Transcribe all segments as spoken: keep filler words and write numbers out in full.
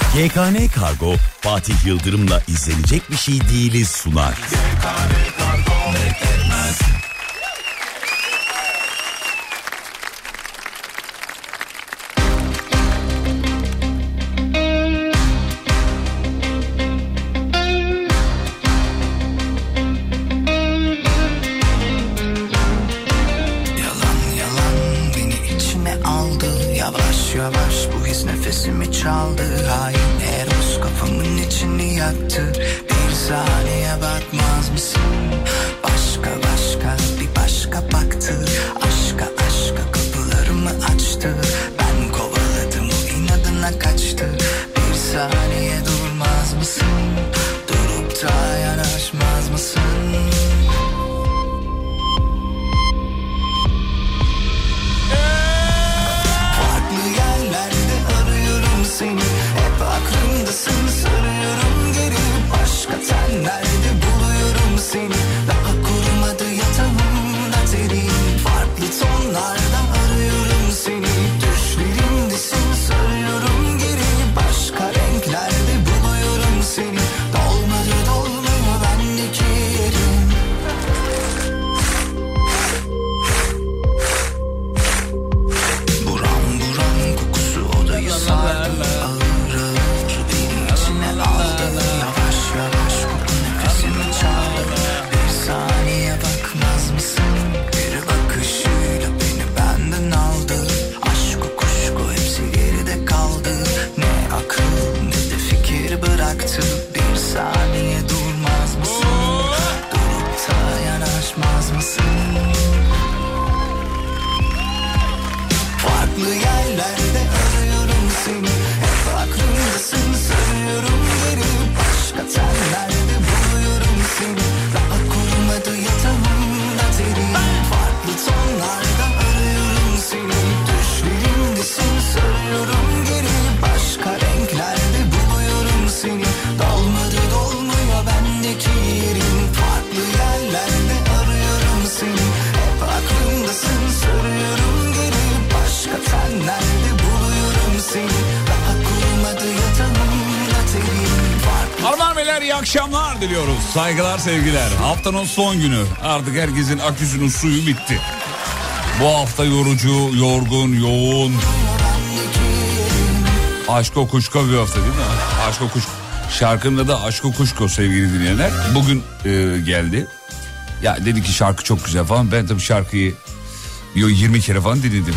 G K N Kargo Fatih Yıldırım'la izlenecek bir şey değiliz sunar. G K N Kargo bekletmez. Yavaş bu his nefesimi çaldı. Hain Eros kafamın içini yaktı. Bir saniye bakmaz mısın? Başka başka bir başka baktı. Aşka aşka kapılarımı açtı. Ben kovaladım o inadına kaçtı. Bir saniye durmaz mısın? Durup da yanaşmaz mısın? Seni hep aklımdasın, sarıyorum geri. Başka tenlerde buluyorum seni. Daha kurumadı yatağımda terin. Farklı tonlarda arıyorum seni. Düşlerimdesin, sarıyorum geri. Başka renklerde buluyorum seni. Dolmadı dolmuyor bendeki yerin. Buram buram kokusu odayı sardı. Bir saniye durmaz mısın? Durup da yanaşmaz mısın? Farklı yerlerde arıyorum seni. Hep aklımdasın, sarıyorum geri. Başka tenlerde buluyorum seni. Daha kurumadı yatağımda terin. Farklı tonlarda arıyorum seni. Düşlerimdesin, sarıyorum geri. Başka renklerde buluyorum seni. Dolmadı dolmuyor bendeki yerin. Farklı yerlerde arıyorum seni. Hep aklımdasın, sarıyorum geri. Başka tenlerde buluyorum seni. Daha kurumadı yatağımda terin. Harman beyler iyi akşamlar diliyoruz. Saygılar sevgiler. Haftanın son günü. Artık herkesin aküsünün suyu bitti. Bu hafta yorucu, yorgun, yoğun. Aşko kuşko bir hafta değil mi? Aşko kuşko. Şarkının da Aşko kuşko sevgili dinleyenler. Bugün e, geldi. Ya dedi ki şarkı çok güzel falan. Ben tabii şarkıyı yirmi kere falan dinledim.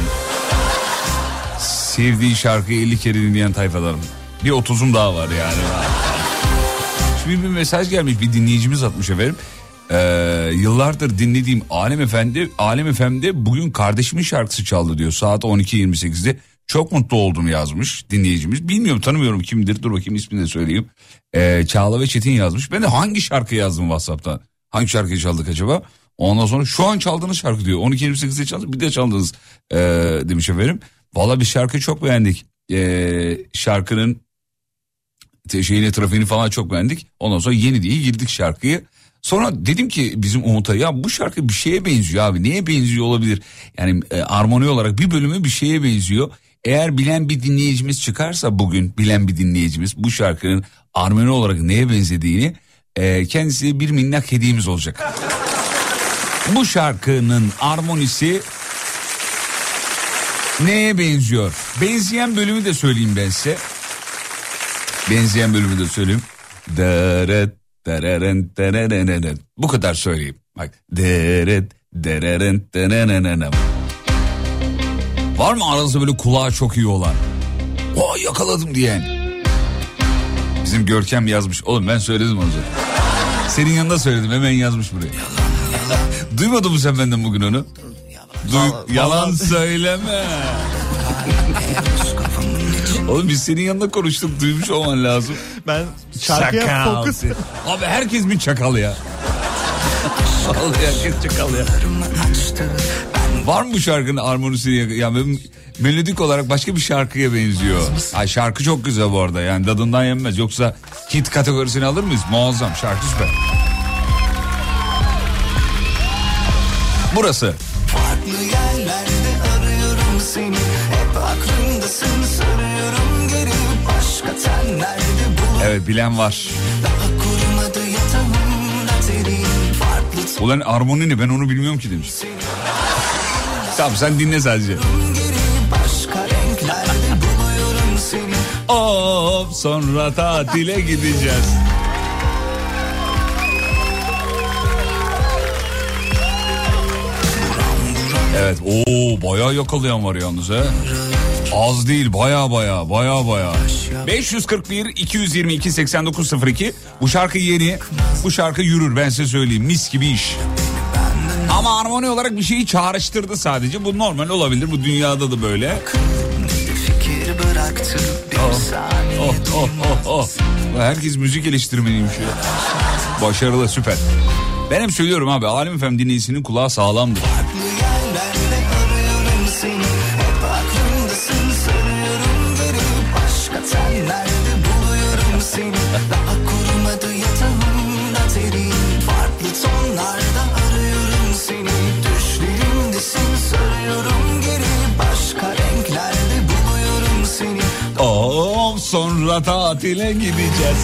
Sevdiği şarkıyı elli kere dinleyen tayfalarım. Bir otuzum daha var yani. Şimdi bir mesaj gelmiş, bir dinleyicimiz atmış efendim. Ee, yıllardır dinlediğim Alem Efendi, Alem Efendi bugün kardeşimin şarkısı çaldı diyor. Saat on iki yirmi sekizde. Çok mutlu oldum yazmış dinleyicimiz. Bilmiyorum, tanımıyorum kimdir. Dur bakayım ismini de söyleyeyim. Ee, Çağla ve Çetin yazmış. Ben de hangi şarkı yazdım WhatsApp'tan? Hangi şarkıyı çaldık acaba? Ondan sonra şu an çaldığınız şarkı diyor. on iki yirmi sekizde çaldık, bir de çaldınız ee, demiş efendim. Valla bir şarkıyı çok beğendik. Ee, şarkının şeyini, trafiğini falan çok beğendik. Ondan sonra yeni diye girdik şarkıyı. Sonra dedim ki bizim Umut'a, ya bu şarkı bir şeye benziyor abi. Neye benziyor olabilir? Yani e, armoni olarak bir bölümü bir şeye benziyor. Eğer bilen bir dinleyicimiz çıkarsa bugün, bilen bir dinleyicimiz bu şarkının armoni olarak neye benzediğini, e, kendisi bir minnak hediyemiz olacak. Bu şarkının armonisi neye benziyor? Benzeyen bölümü de söyleyeyim ben size. Benzeyen bölümü de söyleyeyim. Deret, dereren, dereren, bu kadar söyleyeyim. Bak. Deret, dereren, dereren. Var mı aranızda böyle kulağa çok iyi olan? O yakaladım diyen. Bizim Görkem yazmış. Oğlum ben söyledim onu zaten. Senin yanında söyledim, hemen yazmış buraya. Duymadın mı sen benden bugün onu? Duy, yalan söyleme. Oğlum biz senin yanında konuştuk, duymuş olman lazım. Ben şarkıya fokus. Abi herkes bir çakal ya. Vallahi herkes çakal ya. Var mı bu şarkının armonisi? Ya benim melodik olarak başka bir şarkıya benziyor. Ay şarkı çok güzel bu arada, yani tadından yenmez. Yoksa hit kategorisini alır mıyız? Muazzam şarkı, süper. Burası. Farklı yerlerde arıyorum seni. Hep aklımdasın, sarıyorum geri. Başka tenler Evet, bilen var. Ulan armoni ne, ben onu bilmiyorum ki demiş. Tamam, sen dinle sadece. Of, sonra tatile gideceğiz. Evet, ooo bayağı yakalayan var yalnız he. Az değil, baya baya baya baya. beş yüz kırk bir iki yüz yirmi iki seksen dokuz sıfır iki. Bu şarkı yeni. Bu şarkı yürür, ben size söyleyeyim. Mis gibi iş. Ama harmoni olarak bir şeyi çağrıştırdı sadece. Bu normal olabilir. Bu dünyada da böyle. Oh, oh, oh, oh, oh. Herkes müzik eleştirmeniymiş ya. Başarılı, süper. Ben hep söylüyorum abi, Alem Efem dinleyicisinin kulağı sağlamdır. Oh, sonra tatile gideceğiz.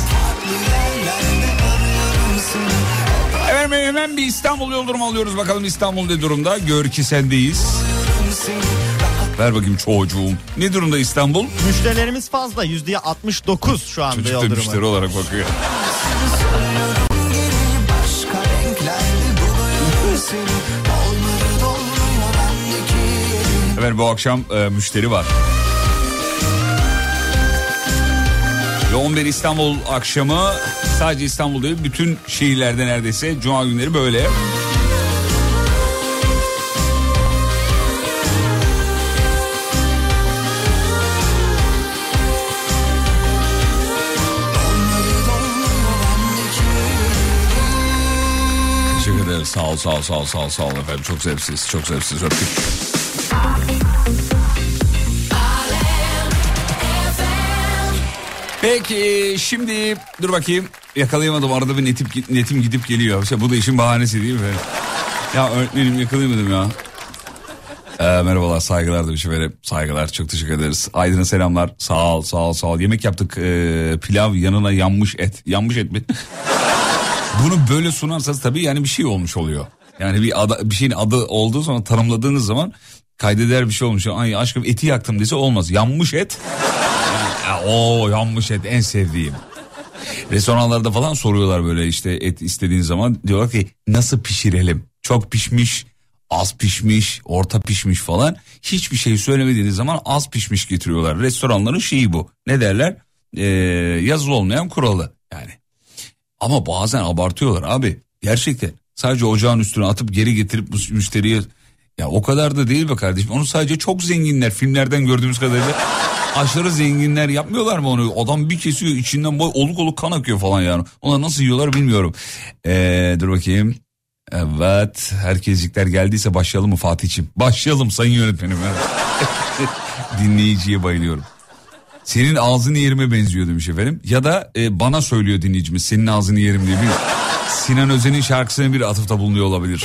Efendim, hemen bir İstanbul yol durumu alıyoruz. Bakalım İstanbul ne durumda? Gör ki sendeyiz. Ver bakayım çocuğum. Ne durumda İstanbul? Müşterilerimiz fazla. Yüzde altmış dokuz şu anda çocuk yol da durumu. müşteri olarak bakıyor. Evet, bu akşam e, müşteri var. Ve on bir İstanbul akşamı, sadece İstanbul değil, bütün şehirlerde neredeyse cuma günleri böyle. Teşekkür ederim. Sağ ol, sağ ol, sağ ol, sağ ol, sağ ol efendim. Çok zevksiz, çok zevksiz. Öptük. Peki şimdi dur bakayım, yakalayamadım, arada bir netim, netim gidip geliyor. İşte bu da işin bahanesi değil mi? Ya öğretmenim, yakalayamadım ya. Ee, merhabalar, saygılar demiş efendim. Saygılar, çok teşekkür ederiz. Aydın'a selamlar, sağ ol, sağ ol, sağ ol. Yemek yaptık, ee, pilav yanına yanmış et. Yanmış et mi? Bunu böyle sunarsanız tabii yani bir şey olmuş oluyor. Yani bir, ada, bir şeyin adı olduğu zaman, tanımladığınız zaman kaydeder bir şey olmuş. Ay aşkım eti yaktım dese olmaz. Yanmış et. Oo, yanmış et en sevdiğim. Restoranlarda falan soruyorlar böyle, işte et istediğin zaman diyorlar ki nasıl pişirelim? Çok pişmiş, az pişmiş, orta pişmiş falan. Hiçbir şey söylemediğiniz zaman az pişmiş getiriyorlar. Restoranların şeyi bu. Ne derler? Ee, yazılı olmayan kuralı yani. Ama bazen abartıyorlar abi. Gerçekten sadece ocağın üstüne atıp geri getirip müşteriye, ya o kadar da değil be kardeşim. Onu sadece çok zenginler, filmlerden gördüğümüz kadarıyla aşırı zenginler yapmıyorlar mı onu? Adam bir kesiyor, içinden boy oluk oluk kan akıyor falan yani. Ona nasıl yiyorlar bilmiyorum. Ee, dur bakayım. Evet, herkeslikler geldiyse başlayalım mı Fatih'ciğim? Başlayalım sayın yönetmenim. Dinleyiciye bayılıyorum. Senin ağzını yerime benziyor demiş efendim. Ya da e, bana söylüyor dinleyicimiz, senin ağzını yerim diye. Bir Sinan Özen'in şarkısına bir atıfta bulunuyor olabilir.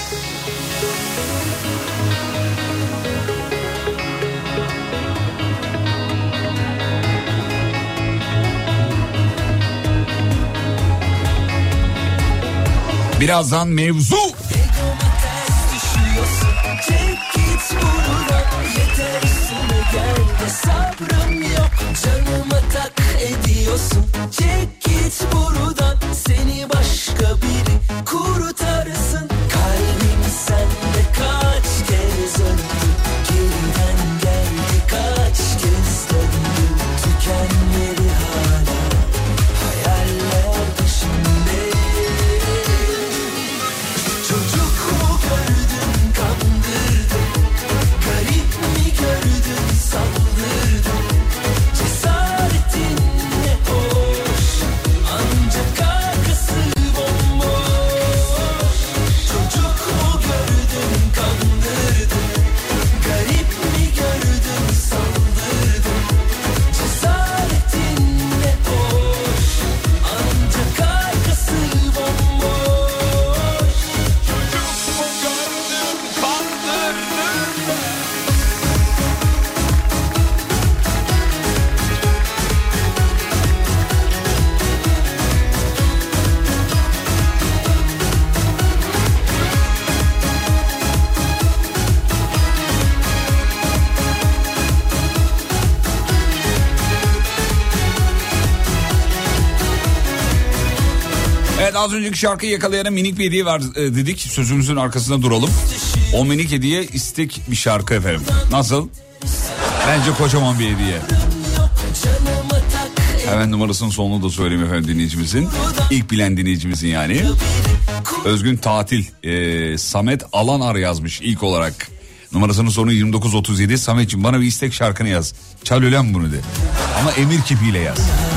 Birazdan mevzu. Sabrım yok, canıma tak ediyorsun. Çek git buradan, seni başka biri kurtarsın. Kalbim sende kaç kez öldü, geriden geldi kaç kez döndü. Tükenmedi hala, hayaller peşinde. Çocuk mu gördün kandırdın, garip mi gördün sandırdın. Cesaretin ne hoş, Evet, az önceki şarkıyı yakalayana minik bir hediye var e, dedik. Sözümüzün arkasında duralım. O minik hediye istek bir şarkı efendim. Nasıl? Bence kocaman bir hediye. Hemen numarasının sonunu da söyleyeyim efendim dinleyicimizin. İlk bilen dinleyicimizin yani. Özgün Tatil. E, Samet Alanar yazmış ilk olarak. Numarasının sonu yirmi dokuz otuz yedi. Sametciğim bana bir istek şarkını yaz. Çal ölen bunu de. Ama emir kipiyle yaz.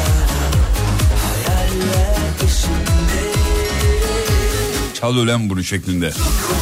Çal ölen bunu şeklinde.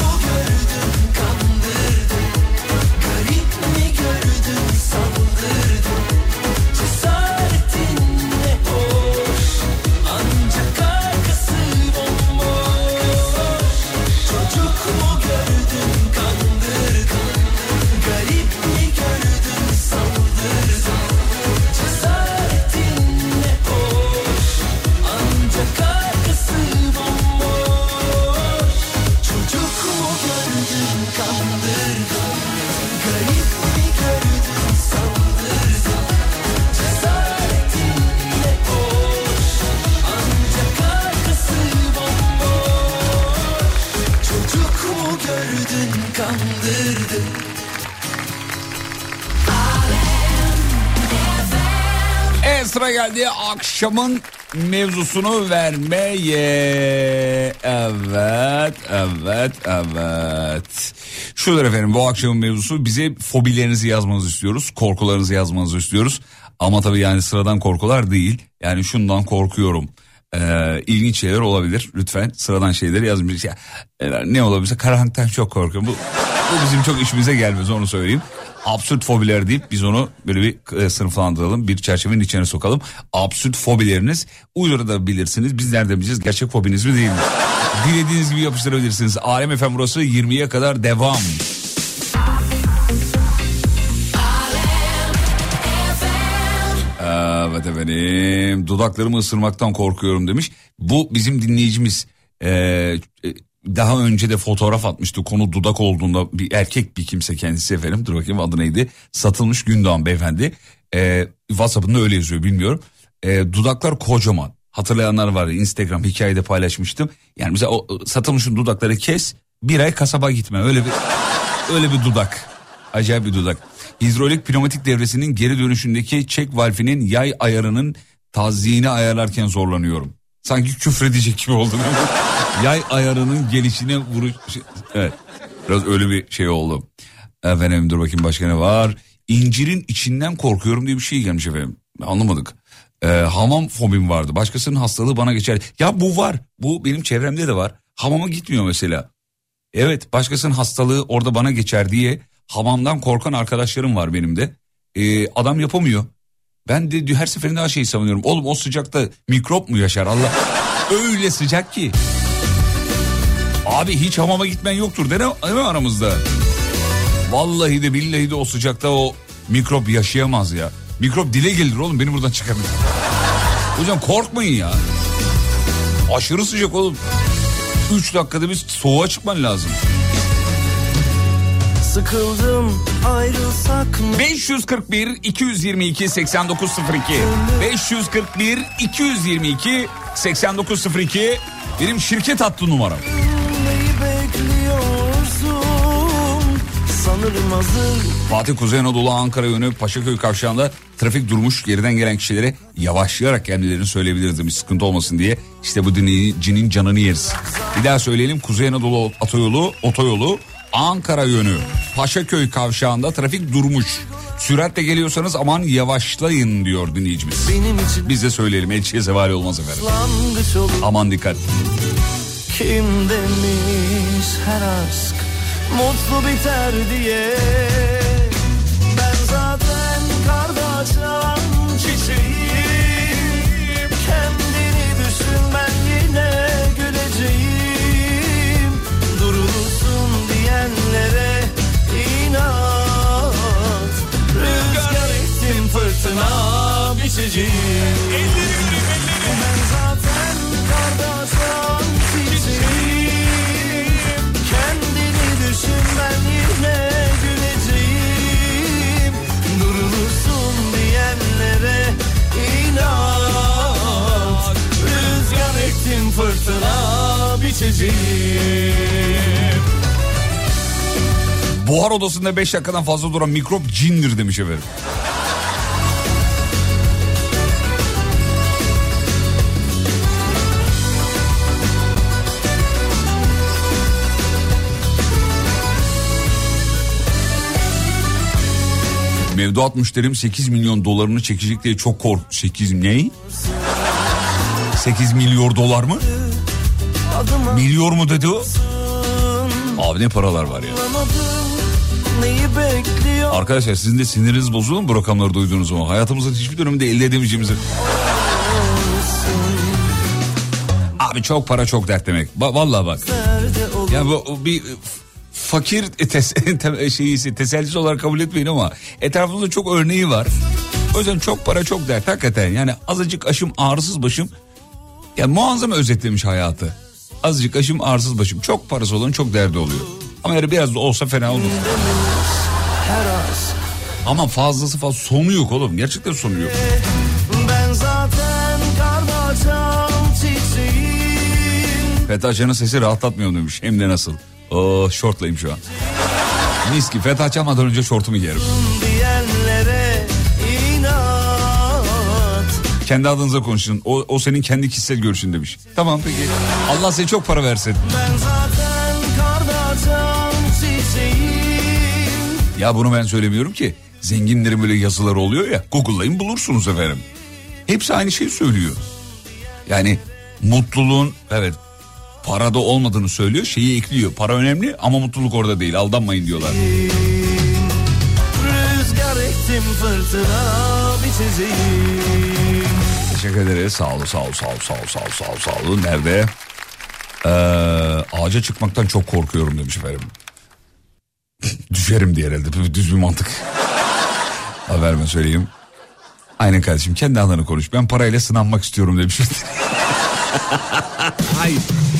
Evet, sıra geldi akşamın mevzusunu vermeye. Evet, evet, evet. Şudur efendim, bu akşamın mevzusu, bize fobilerinizi yazmanızı istiyoruz. Korkularınızı yazmanızı istiyoruz. Ama tabii yani sıradan korkular değil. Yani şundan korkuyorum. Ee, ilginç şeyler olabilir. Lütfen sıradan şeyleri yazmayın. Ya, ne olabilirse karanlıktan çok korkuyorum. Bu, bu bizim çok işimize gelmez, onu söyleyeyim. Absürt fobiler deyip biz onu böyle bir e, sınıflandıralım, bir çerçevenin içine sokalım. Absürt fobileriniz, uydurabilirsiniz. Biz nereden bileceğiz gerçek fobiniz mi değil mi? Dilediğiniz gibi yapıştırabilirsiniz. Alem Efem burası, yirmiye kadar devam. Evet efendim, dudaklarımı ısırmaktan korkuyorum demiş. Bu bizim dinleyicimiz. Ee, daha önce de fotoğraf atmıştı, konu dudak olduğunda, bir erkek bir kimse kendisi efendim. Dur bakayım adı neydi? Satılmış Gündoğan beyefendi. Ee, WhatsApp'ında öyle yazıyor, bilmiyorum. Ee, dudaklar kocaman. Hatırlayanlar var, Instagram hikayede paylaşmıştım. Yani mesela o Satılmış'ın dudakları kes, bir ay kasaba gitme, öyle bir öyle bir dudak. Acayip bir dudak. Hidrolik pneumatik devresinin geri dönüşündeki çek valfinin yay ayarının tazyiğini ayarlarken zorlanıyorum. Sanki küfredecek gibi oldu. Yay ayarının gelişine vuruş... Evet, biraz öyle bir şey oldu. Efendim dur bakayım başka ne var. İncirin içinden korkuyorum diye bir şey gelmiş efendim. Anlamadık. Ee, hamam fobim vardı. Başkasının hastalığı bana geçer. Ya bu var. Bu benim çevremde de var. Hamama gitmiyor mesela. Evet, başkasının hastalığı orada bana geçer diye hamamdan korkan arkadaşlarım var benim de. Ee, adam yapamıyor. Ben de her seferinde her şeyi savunuyorum. Oğlum o sıcakta mikrop mu yaşar Allah? Öyle sıcak ki. Abi hiç hamama gitmen yoktur değil mi aramızda? Vallahi de billahi de o sıcakta o mikrop yaşayamaz ya. Mikrop dile gelir oğlum, beni buradan çıkarın. O yüzden korkmayın ya. Aşırı sıcak oğlum. Üç dakikada bir soğuğa çıkman lazım. Sıkıldım, ayrılsak mı? beş yüz kırk bir iki yüz yirmi iki seksen dokuz sıfır iki beş yüz kırk bir iki yüz yirmi iki seksen dokuz sıfır iki benim şirket hattı numaram. Neyi bekliyorsun? Sanırım hazır. Fatih Kuzey Anadolu Ankara yönü Paşaköy kavşağında trafik durmuş, geriden gelen kişilere yavaşlayarak gelmelerini söyleyebiliriz demiş, sıkıntı olmasın diye. İşte bu dinleyicinin canını yeriz. Bir daha söyleyelim, Kuzey Anadolu otoyolu otoyolu Ankara yönü Paşaköy kavşağında trafik durmuş. Süratle geliyorsanız aman yavaşlayın diyor dinleyicimiz. Biz de söyleyelim, elçiye zevali olmaz efendim. Aman dikkat. Kim demiş her aşk mutlu biter diye. Ben zaten kardeşim çiçeğim. Kendini düşün, ben yine güleceğim. Durursun diyenlere inat. Rüzgar ettim, fırtına biçeceğim. Ben zaten kardeşim çiçeğim. Kendini düşün, ben yine güleceğim. Durursun diyenlere içeceğim. Buhar odasında beş dakikadan fazla duran mikrop cindir demiş efendim. Mevduat müşterim sekiz milyon dolarını çekecek diye çok kork... sekiz ne? sekiz milyon dolar mı? Milyon mu dedi o? Abi ne paralar var ya. Arkadaşlar sizin de siniriniz bozulur mu bu rakamları duyduğunuz zaman? Hayatımızın hiçbir döneminde elde edemeyeceğimizi. Abi çok para çok dert demek. Ba- vallahi bak. Ya bu bir fakir tes- şeyisi tesellisi olarak kabul etmeyin ama etrafımızda çok örneği var. O yüzden çok para çok dert hakikaten. Yani azıcık aşım ağrısız başım. Ya muazzam özetlemiş hayatı. Azıcık aşım ağrısız başım. Çok parası olan çok derdi oluyor. Ama yani biraz da olsa fena olur. Ama fazlası fazla sonu yok oğlum. Gerçekten sonu yok. Ben zaten kardeşim çiçeğim. Fetha Can'ın sesi rahatlatmıyor demiş. Hem de nasıl. Oo, şortlayayım şu an. Mis ki Fetha Can'madan önce şortumu giyerim. Kendi adınıza konuşun. O, o senin kendi kişisel görüşün demiş. Tamam peki. Allah size çok para versin. Ben zaten kardeşim çiçeğim. Ya bunu ben söylemiyorum ki. Zenginlerin böyle yazıları oluyor ya. Google'layın bulursunuz efendim. Hepsi aynı şeyi söylüyor. Yani mutluluğun evet parada olmadığını söylüyor. Şeyi ekliyor. Para önemli ama mutluluk orada değil. Aldanmayın diyorlar. Rüzgar ektim fırtına biçeceğim. Teşekkür ederiz. Sağ olun, sağ olun, sağ olun, sağ olun, sağ olun, sağ olun, sağ olun. Nerede? Ee, ağaca çıkmaktan çok korkuyorum demiş efendim. Düşerim diye herhalde. Düz bir mantık. Haber ben söyleyeyim. Aynen kardeşim kendi adına konuş. Ben parayla sınanmak istiyorum demiş. Hayır.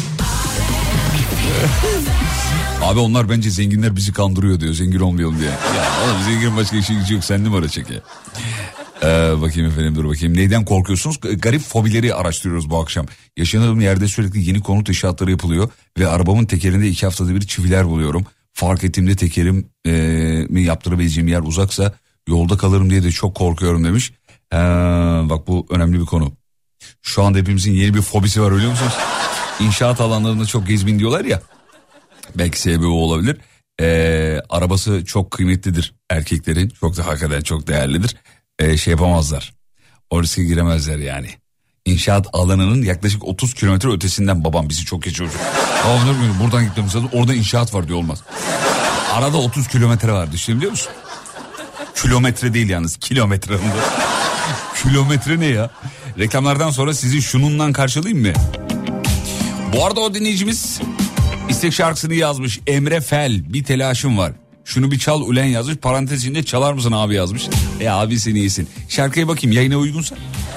Abi onlar bence zenginler bizi kandırıyor diyor. Zengin olmayalım diye. Ya oğlum zengin başka işi gücü yok. Sen numara çek ya. Ee, bakayım efendim dur bakayım. Neyden korkuyorsunuz? Garip fobileri araştırıyoruz bu akşam. Yaşadığım yerde sürekli yeni konut inşaatları yapılıyor. Ve arabamın tekerinde iki haftada bir çiviler buluyorum. Fark ettiğimde tekerim ee, mi yaptırabileceğim yer uzaksa yolda kalırım diye de çok korkuyorum demiş. Ee, bak bu önemli bir konu. Şu anda hepimizin yeni bir fobisi var biliyor musunuz? İnşaat alanlarında çok gezmeyin diyorlar ya. Belki sebebi o olabilir. Ee, arabası çok kıymetlidir erkeklerin. Çok da hakikaten çok değerlidir. Ee, şey yapamazlar. O riske giremezler yani. İnşaat alanının yaklaşık otuz kilometre ötesinden babam bizi çok geçiyor. Babam buradan gitmemiz lazım. Orada inşaat var diyor olmaz. Arada otuz kilometre var düşünebiliyor musun? Kilometre değil yalnız kilometre. Kilometre ne ya? Reklamlardan sonra sizi şununla karşılayayım mı? Bu arada o dinleyicimiz istek şarkısını yazmış. Emre Fel, bir telaşım var. Şunu bir çal ulen yazmış. Parantez içinde çalar mısın abi yazmış. E abi sen iyisin. Şarkıya bakayım yayına uygunsa.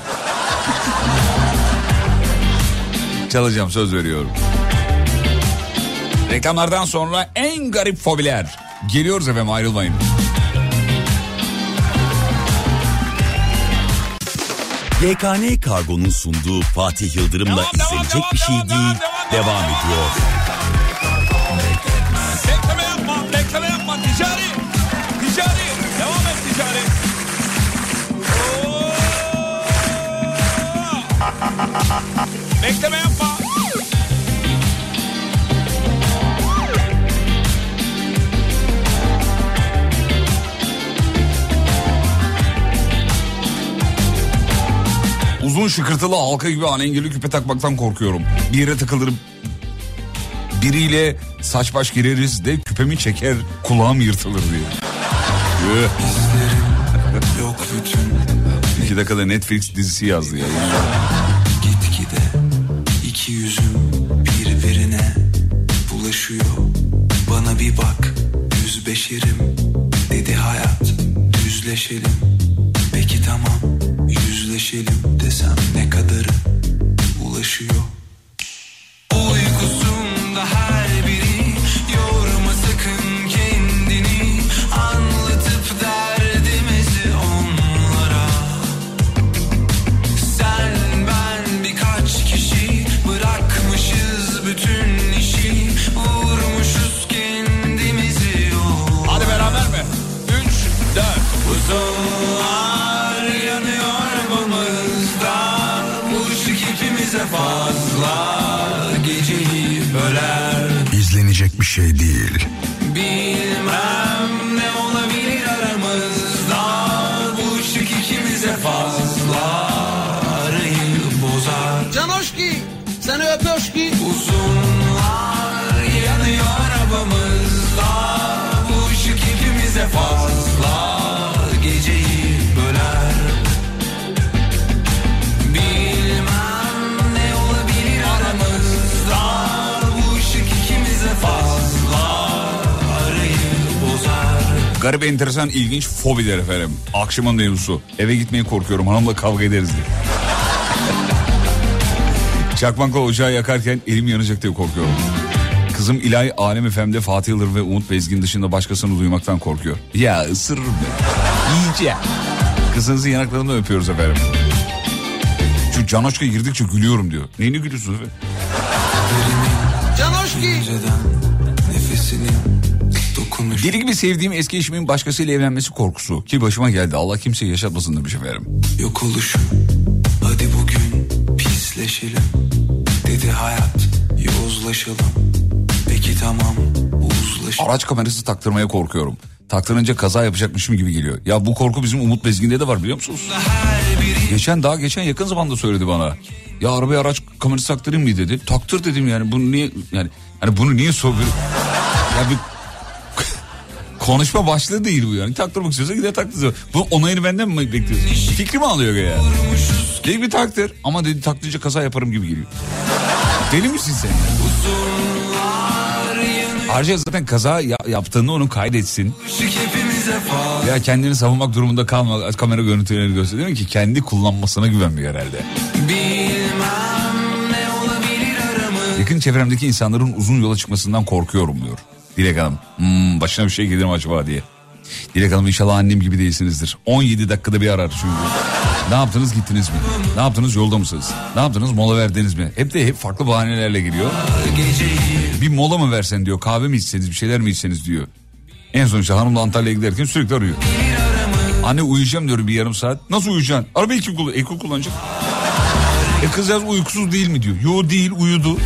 Çalacağım söz veriyorum. Reklamlardan sonra en garip fobiler. Geliyoruz efendim ayrılmayın. Y K N Kargo'nun sunduğu Fatih Yıldırım'la devam, izlenecek devam, bir şey devam, değil devam, devam, devam ediyor. Bekleme yapma, bekleme yapma. Ticari, ticari. Devam et ticari. Bekleme yapma. Uzun şıkırtılı halka gibi alengirli küpe takmaktan korkuyorum. Bir yere takılırım. Biriyle saç baş gireriz de küpemi çeker kulağım yırtılır diye. Yok bütün. İki dakikada Netflix dizisi yazdı ya. Gitgide iki yüzüm birbirine bulaşıyor. Bana bir bak yüz beşerim dedi hayat düzleşelim. Peki tamam yüzleşelim desem ne kadarı ulaşıyor. Uykusunda her biri yorma sakın kendini anlatıp derdimizi onlara. Sen ben birkaç kişi bırakmışız bütün ikimize fazla geceyi böler. İzlenecek bir şey değil. Bilmem ne olabilir aramızda, bu ışık ikimize fazla arayı bozar. Canoşki, seni öpöşki. Uzunlar yanıyor arabamızda, bu ışık ikimize fazla geceyi böler. Bilmem ne olabilir aramızda, bu ışık ikimize fazla arayı bozar. Garip, enteresan, ilginç fobiler efendim. Akşamın mevzusu. Eve gitmeye korkuyorum, hanımla kavga ederiz diye. Çakmakla ocağı yakarken elim yanacak diye korkuyorum. Kızım İlay Alem F M'de Fatih Yıldırım ve Umut Bezgin dışında başkasını duymaktan korkuyor. Ya ısırırım ben. İyice. Kızınızın yanaklarını öpüyoruz efendim. Şu Canoşka girdikçe gülüyorum diyor. Neyini gülüyorsunuz efendim? Canoşki. Deli gibi sevdiğim eski eşimin başkasıyla evlenmesi korkusu. Ki başıma geldi. Allah kimseyi yaşatmasın demiş efendim. Yok oluşum, hadi bugün pisleşelim. Dedi hayat, yozlaşalım. Peki tamam, uzlaşalım. Araç kamerası taktırmaya korkuyorum. Taktırınca kaza yapacakmışım gibi geliyor. Ya bu korku bizim Umut Bezgin'de de var, biliyor musunuz? Geçen daha geçen yakın zamanda söyledi bana. Ya arabaya araç kamerası taktırayım mı dedi. Taktır dedim yani. Bunu niye yani hani bunu niye soruyor? Ya bir konuşma başlığı değil bu yani. Taktırmak istiyorsa gider taktır. Bu onayını benden mi bekliyorsun? Fikrimi alıyor ya. Dedi bir taktır ama dedi taktırınca kaza yaparım gibi geliyor. Deli misin sen? Ayrıca zaten kaza ya- yaptığını onun kaydetsin. Ya kendini savunmak durumunda kalma, kamera görüntülerini gösteriyor ki kendi kullanmasına güvenmiyor herhalde. Yakın çevremdeki insanların uzun yola çıkmasından korkuyorum diyor Dilek Hanım. Hmm, başına bir şey gelir mi acaba diye. Dilek Hanım inşallah annem gibi değilsinizdir. on yedi dakikada bir arar çünkü. Ne yaptınız, gittiniz mi? Ne yaptınız, yolda mısınız? Ne yaptınız, mola verdiniz mi? Hep de hep farklı bahanelerle geliyor. Bir mola mı versen diyor, kahve mi içseniz, bir şeyler mi içseniz diyor. En son işte hanımla Antalya'ya giderken sürekli arıyor. Anne uyuyacağım diyorum bir yarım saat. Nasıl uyuyacaksın? Arabayı kim kullanacak? Ekol kullanacak. E kızcağız uykusuz değil mi diyor. Yo değil, uyudu.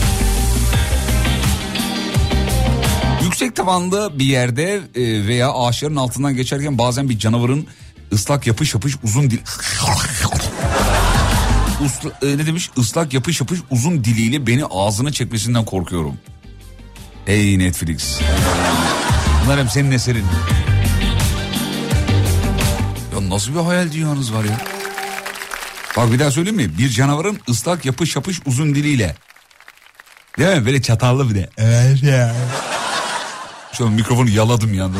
Yüksek tavanlı bir yerde veya ağaçların altından geçerken bazen bir canavarın ıslak yapış yapış uzun dil... Usla, e, ne demiş? Islak yapış yapış uzun diliyle beni ağzına çekmesinden korkuyorum. Ey Netflix. Bunlar hep senin eserin. Ya nasıl bir hayal dünyanız var ya? Bak bir daha söyleyeyim mi? Bir canavarın ıslak yapış yapış uzun diliyle. Değil mi? Böyle çatallı bir de. Evet ya. Şu an mikrofonu yaladım yalnız.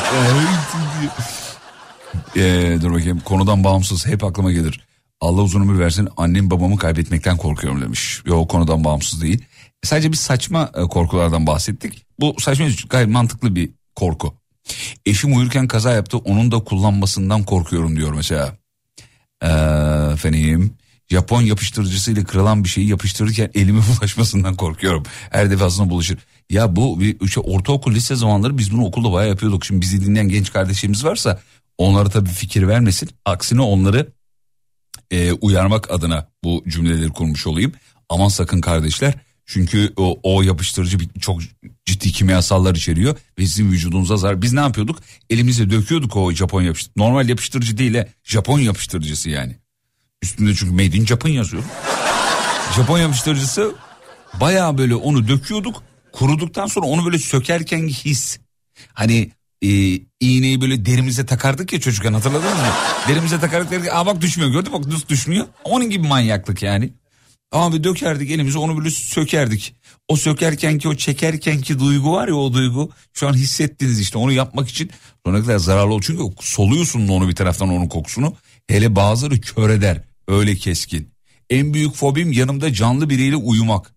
ee, dur bakayım. Konudan bağımsız hep aklıma gelir. Allah uzun ömür versin, annem babamı kaybetmekten korkuyorum demiş. Yok, konudan bağımsız değil. Sadece bir saçma korkulardan bahsettik. Bu saçma, gayet mantıklı bir korku. Eşim uyurken kaza yaptı, onun da kullanmasından korkuyorum diyor mesela. Ee, efendim, Japon yapıştırıcısıyla kırılan bir şeyi yapıştırırken elime bulaşmasından korkuyorum. Her defasında bulaşır. Ya bu bir işte ortaokul lise zamanları biz bunu okulda bayağı yapıyorduk. Şimdi bizi dinleyen genç kardeşimiz varsa onlara tabii fikir vermesin. Aksine onları e, uyarmak adına bu cümleleri kurmuş olayım. Aman sakın kardeşler, çünkü o, o yapıştırıcı bir, çok ciddi kimyasallar içeriyor ve sizin vücudunuza zarar. Biz ne yapıyorduk? Elimize döküyorduk o Japon yapıştırıcı. Normal yapıştırıcı değil, Japon yapıştırıcısı yani. Üstünde çünkü Made in Japan yazıyor. Japon yapıştırıcısı, bayağı böyle onu döküyorduk. Kuruduktan sonra onu böyle sökerken his. Hani e, iğneyi böyle derimize takardık ya çocukken, hatırladınız mı? Derimize takardık, derdik, aa bak düşmüyor, gördün bak nasıl düşmüyor. Onun gibi manyaklık yani. Abi dökerdik elimize, onu böyle sökerdik. O sökerkenki, o çekerkenki duygu var ya, o duygu. Şu an hissettiniz işte, onu yapmak için sonra kadar zararlı olur. Çünkü soluyorsun onu bir taraftan, onun kokusunu. Hele bazıları kör eder, öyle keskin. En büyük fobim yanımda canlı biriyle uyumak.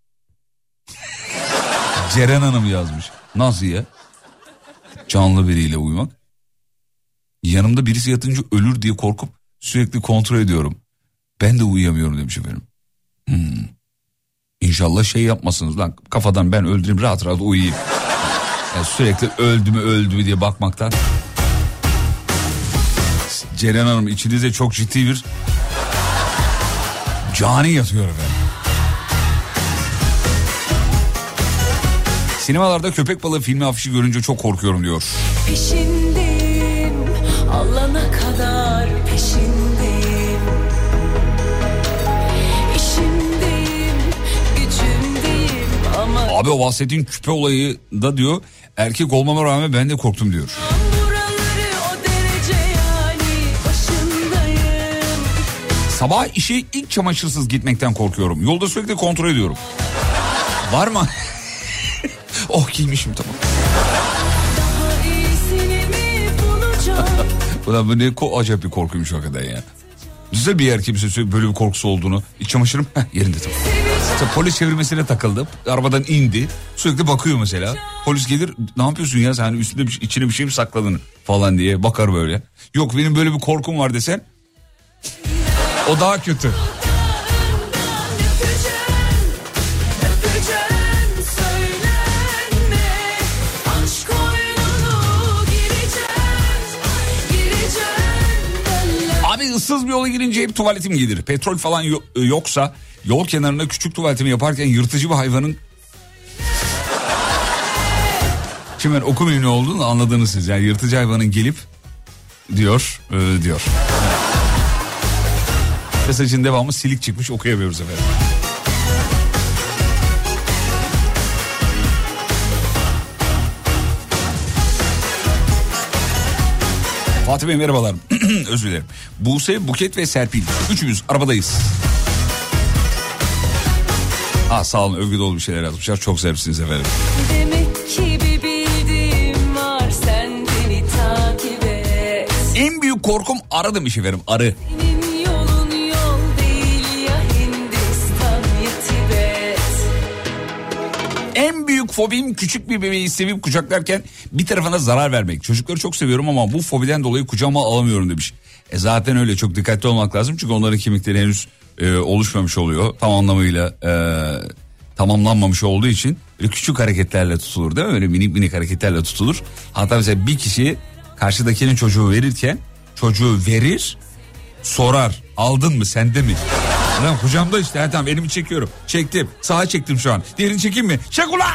Ceren Hanım yazmış. Nasıl ya? Canlı biriyle uyumak. Yanımda birisi yatınca ölür diye korkup sürekli kontrol ediyorum. Ben de uyuyamıyorum demiş efendim. Hmm. İnşallah şey yapmasınız lan, kafadan ben öldüreyim, rahat rahat uyuyayım. Yani sürekli öldü mü öldü mü diye bakmaktan. Ceren Hanım, içinizde çok ciddi bir Cani yatıyor efendim. Sinemalarda köpek balığı filmi afişi görünce çok korkuyorum diyor. Peşindeyim, alana kadar peşindeyim. İşimdeyim, gücümdeyim ama... Abi o bahsettiğin küpe olayı da diyor, erkek olmama rağmen ben de korktum diyor. Sabah işe ilk çamaşırsız gitmekten korkuyorum. Yolda sürekli kontrol ediyorum. Var mı? Oh giymişim tamam. Ulan bu ne ko- acayip bir korkuymuş hakikaten ya. Güzel bir yer kimse söylüyor böyle bir korkusu olduğunu. İç çamaşırım heh, yerinde tamam. İşte polis çevirmesine takıldım. Arabadan indi. Sürekli bakıyor mesela. Polis gelir, ne yapıyorsun ya sen üstünde bir, içine bir şey mi sakladın falan diye bakar böyle. Yok benim böyle bir korkum var desen. O daha kötü. Abi ıssız bir yola girince hep tuvaletim gelir. Petrol falan yo- yoksa yol kenarında küçük tuvaletimi yaparken yırtıcı bir hayvanın... Şimdi ben okumayayım ne olduğunu anladınız siz. Yani yırtıcı hayvanın gelip diyor e, diyor. Mesajın devamı silik çıkmış, okuyamıyoruz efendim. Fatih Bey merhabalar. Özür dilerim. Buse, Buket ve Serpil. Üçümüz arabadayız. Ha sağ olun, övgü dolu bir şeyler yazmışlar. Çok zarifsiniz efendim. Demek ki bir bildiğim var, sen beni takip et. En büyük korkum arı demiş efendim, arı. Senin yolun yol değil ya Hindistan ya Tibet. En büyük fobim küçük bir bebeği sevip kucaklarken bir tarafına zarar vermek. Çocukları çok seviyorum ama bu fobiden dolayı kucağıma alamıyorum demiş. E zaten öyle, çok dikkatli olmak lazım çünkü onların kemikleri henüz e, oluşmamış oluyor. Tam anlamıyla e, tamamlanmamış olduğu için böyle küçük hareketlerle tutulur değil mi? Öyle minik minik hareketlerle tutulur. Hatta mesela bir kişi karşıdakinin çocuğu verirken çocuğu verir, sorar aldın mı, sende mi? Lan kucağımda işte, ha, tamam elimi çekiyorum. Çektim, sağa çektim şu an. Diğerini çekeyim mi? Çek ulan!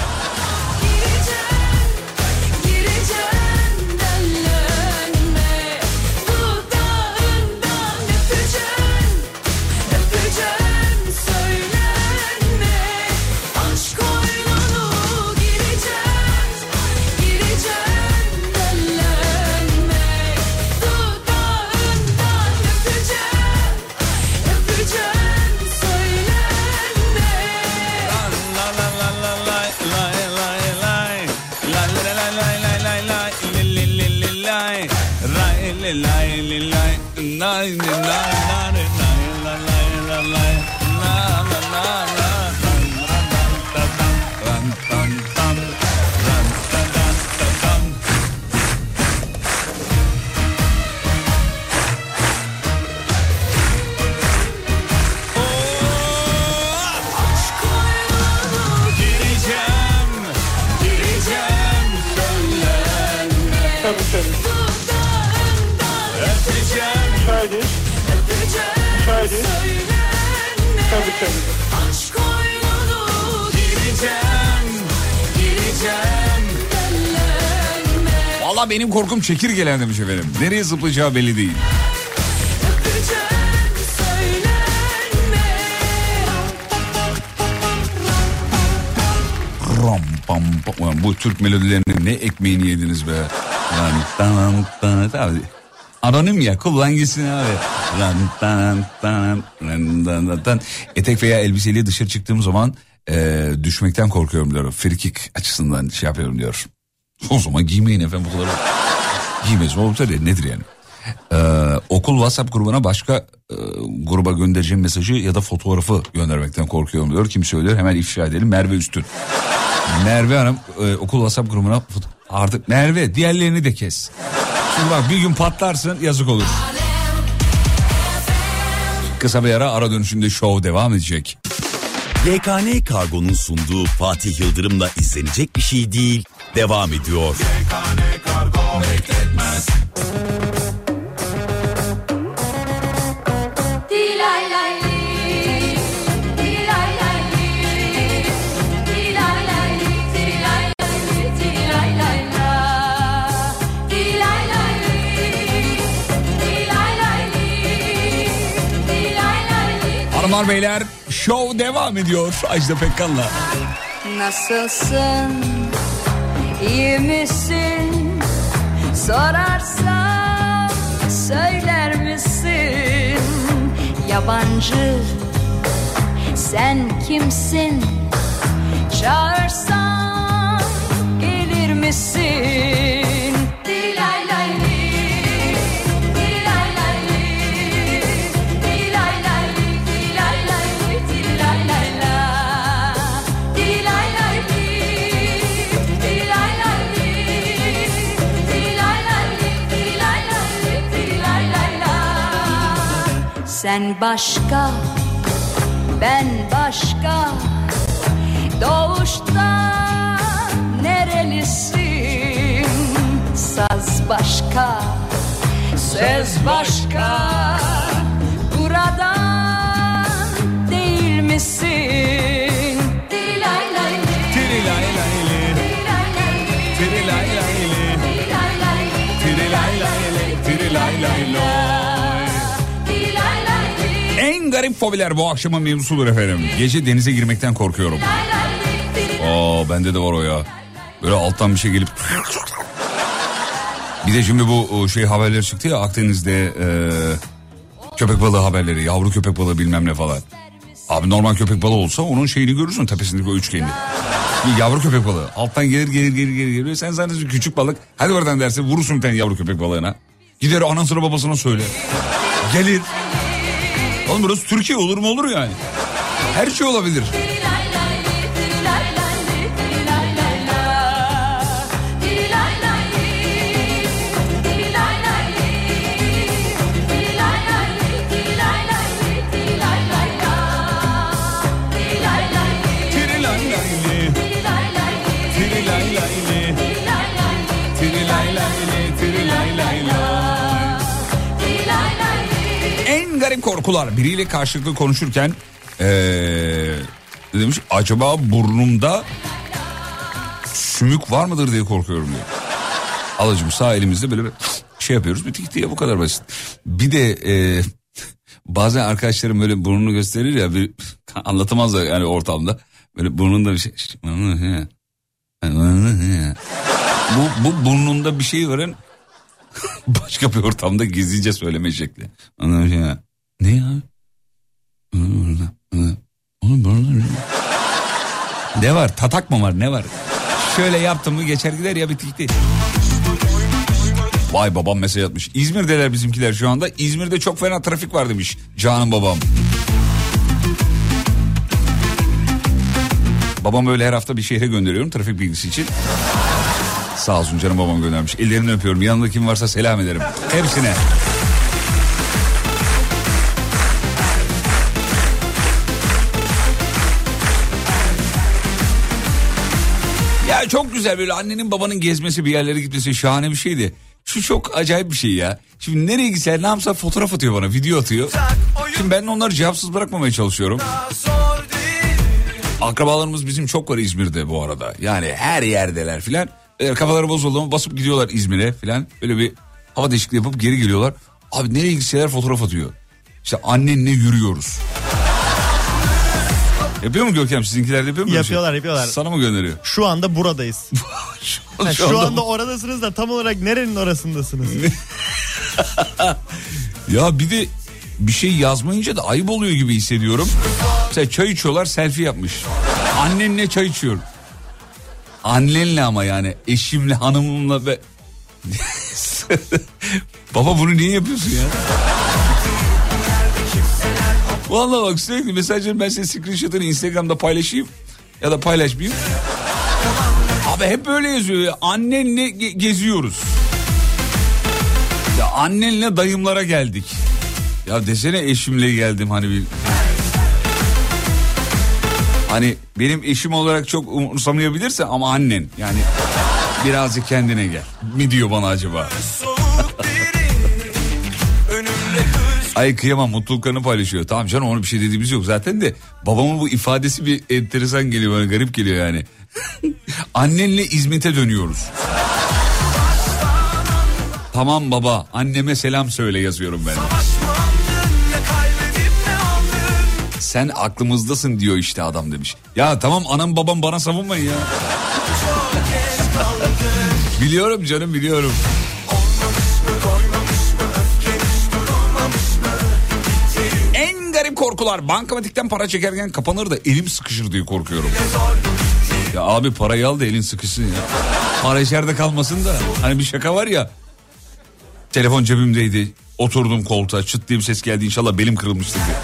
Valla benim korkum çekirgeler demiş efendim. Nereye zıplayacağı belli değil. Ram pam pam. Bu Türk melodilerinin ne ekmeğini yediniz be. Yani tamam tamam tamam. Anonim ya, kullan gitsin abi. Etek veya elbiseyle dışarı çıktığım zaman e, düşmekten korkuyorum diyor. Frikik açısından şey yapıyorum diyor. O zaman giymeyin efendim bu kadar. Giymez mi? Tabii nedir yani? Ee, okul WhatsApp grubuna başka e, gruba göndereceğim mesajı ya da fotoğrafı göndermekten korkuyorum diyor. Kim söylüyor? Hemen ifşa edelim. Merve Üstün. Merve Hanım e, okul WhatsApp grubuna artık Merve diğerlerini de kes. Şimdi bak bir gün patlarsın, yazık olur. Kısa bir ara, ara dönüşünde show devam edecek. Y K N Kargo'nun sunduğu Fatih Yıldırım'la izlenecek bir şey değil devam ediyor. Y K N Kargo bekletmez. Dilay lay li. Hanımlar beyler, show devam ediyor Ajda Pekkan'la. Nasılsın, iyi misin? Sorarsam söyler misin? Yabancı, sen kimsin? Çağırsam gelir misin? Dilay lay li, dilay lay li, dilay lay li, dilay lay li, dilay lay la, dilay lay li, dilay lay li, dilay lay li, dilay lay li, dilay lay la. Sen başka, ben başka. Doğuştan nerelisin? Saz başka, söz başka. Buradan değil misin? Dilay lay li, Tirilay lay li, dilay lay li, tirilay lay li, dilay lay li, tirilay lay li, tirilay lay lay. dilay lay li. En garip fobiler bu akşamın mevzusudur efendim. Gece denize girmekten korkuyorum. Aa, bende de var o ya. Böyle alttan bir şey gelip... Bir de şimdi bu şey haberleri çıktı ya Akdeniz'de e, köpek balığı haberleri, yavru köpek balığı bilmem ne falan. Abi normal köpek balığı olsa onun şeyini görürsün, tepesindeki o üçgeni. Bir yavru köpek balığı alttan gelir gelir gelir gelir gelir. Sen zannediyorsun küçük balık, hadi oradan derse vurursun bir tane yavru köpek balığına. Gider anasına babasına söyle. Gelir. Oğlum burası Türkiye, olur mu olur yani. Her şey olabilir. En garip korkular. Biriyle karşılıklı konuşurken ee, ne demiş? Acaba burnumda sümük var mıdır diye korkuyorum diyor. Alacım sağ elimizde böyle bir şey yapıyoruz. Bitik diye, bu kadar basit. Bir de ee, bazen arkadaşlarım böyle burnunu gösterir ya, bir anlatamazlar yani ortamda. Böyle burnunda bir şey. Bu, bu burnunda bir şey varın başka bir ortamda gizlice söyleme şekli. Ne ya? Ne var? Tatak mı var? Ne var? Şöyle yaptım mı geçer gider ya, bitikti. Vay, babam mesaj atmış. İzmir'deler bizimkiler şu anda. İzmir'de çok fena trafik var demiş canım babam. Babam öyle her hafta bir şehre gönderiyorum trafik bilgisi için. Sağ olsun canım babam göndermiş. Ellerini öpüyorum. Yanında kim varsa selam ederim. Hepsine. Ya çok güzel böyle annenin babanın gezmesi, bir yerlere gitmesi şahane bir şeydi. Şu çok acayip bir şey ya. Şimdi nereye gitsen ne yapsa fotoğraf atıyor bana, video atıyor. Şimdi ben onları cevapsız bırakmamaya çalışıyorum. Akrabalarımız bizim çok var İzmir'de bu arada. Yani her yerdeler filan. E, kafaları bozuldu mu basıp gidiyorlar İzmir'e filan. Böyle bir hava değişikliği yapıp geri geliyorlar. Abi nereye gitseler fotoğraf atıyor. İşte annenle yürüyoruz. Yapıyor mu Görkem, sizinkiler de yapıyor mu? Yapıyorlar şey? yapıyorlar. Sana mı gönderiyor? Şu anda buradayız. şu, ha, şu, şu anda, anda oradasınız da tam olarak nerenin orasındasınız? Ya bir de bir şey yazmayınca da ayıp oluyor gibi hissediyorum. Mesela çay içiyorlar, selfie yapmış. Annenle çay içiyor. Annenle ama yani eşimle, hanımımla ve... Baba bunu niye yapıyorsun ya? Vallahi bak sürekli mesajları ben size screenshot'ını Instagram'da paylaşayım ya da paylaşmayayım. Abi hep böyle yazıyor ya. Annenle ge- geziyoruz. Ya annenle dayımlara geldik. Ya desene eşimle geldim hani bir... Hani benim eşim olarak çok umursamayabilirse ama annen yani birazcık kendine gel mi diyor bana acaba? Ay kıyamam, mutluluklarını paylaşıyor. Tamam canım, ona bir şey dediğimiz yok zaten de babamın bu ifadesi bir enteresan geliyor bana, garip geliyor yani. Annenle İzmit'e dönüyoruz. Tamam baba, anneme selam söyle yazıyorum ben. Sen aklımızdasın diyor işte adam demiş. Ya tamam anam babam bana savunmayın ya. Biliyorum canım biliyorum. En garip korkular, bankamatikten para çekerken kapanır da elim sıkışır diye korkuyorum. Ya abi parayı al da elin sıkışsın ya. Para içeride kalmasın da. Hani bir şaka var ya. Telefon cebimdeydi. Oturdum koltuğa, çıt diye bir ses geldi, inşallah belim kırılmıştır diye.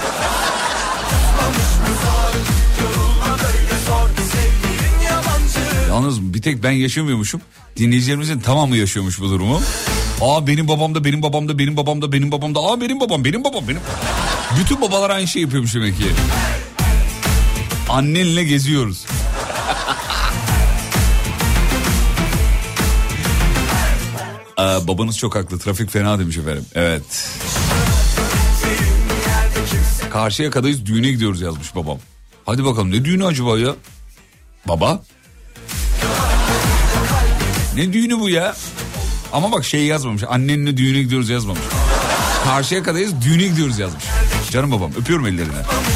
Yalnız bir tek ben yaşamıyormuşum. Dinleyicilerimizin tamamı yaşıyormuş bu durumu. Aa benim babam da benim babam da benim babam da benim babam da. Aa benim babam benim babam benim. Bütün babalar aynı şey yapıyormuş demek ki. Annenle geziyoruz. Aa, babanız çok haklı, trafik fena demiş efendim. Evet. Karşıyaka'dayız, düğüne gidiyoruz yazmış babam. Hadi bakalım, ne düğünü acaba ya? Baba? Ne düğünü bu ya? Ama bak şey yazmamış, annenle düğüne gidiyoruz yazmamış. Karşıyaka'dayız, düğüne gidiyoruz yazmış. Canım babam, öpüyorum ellerine.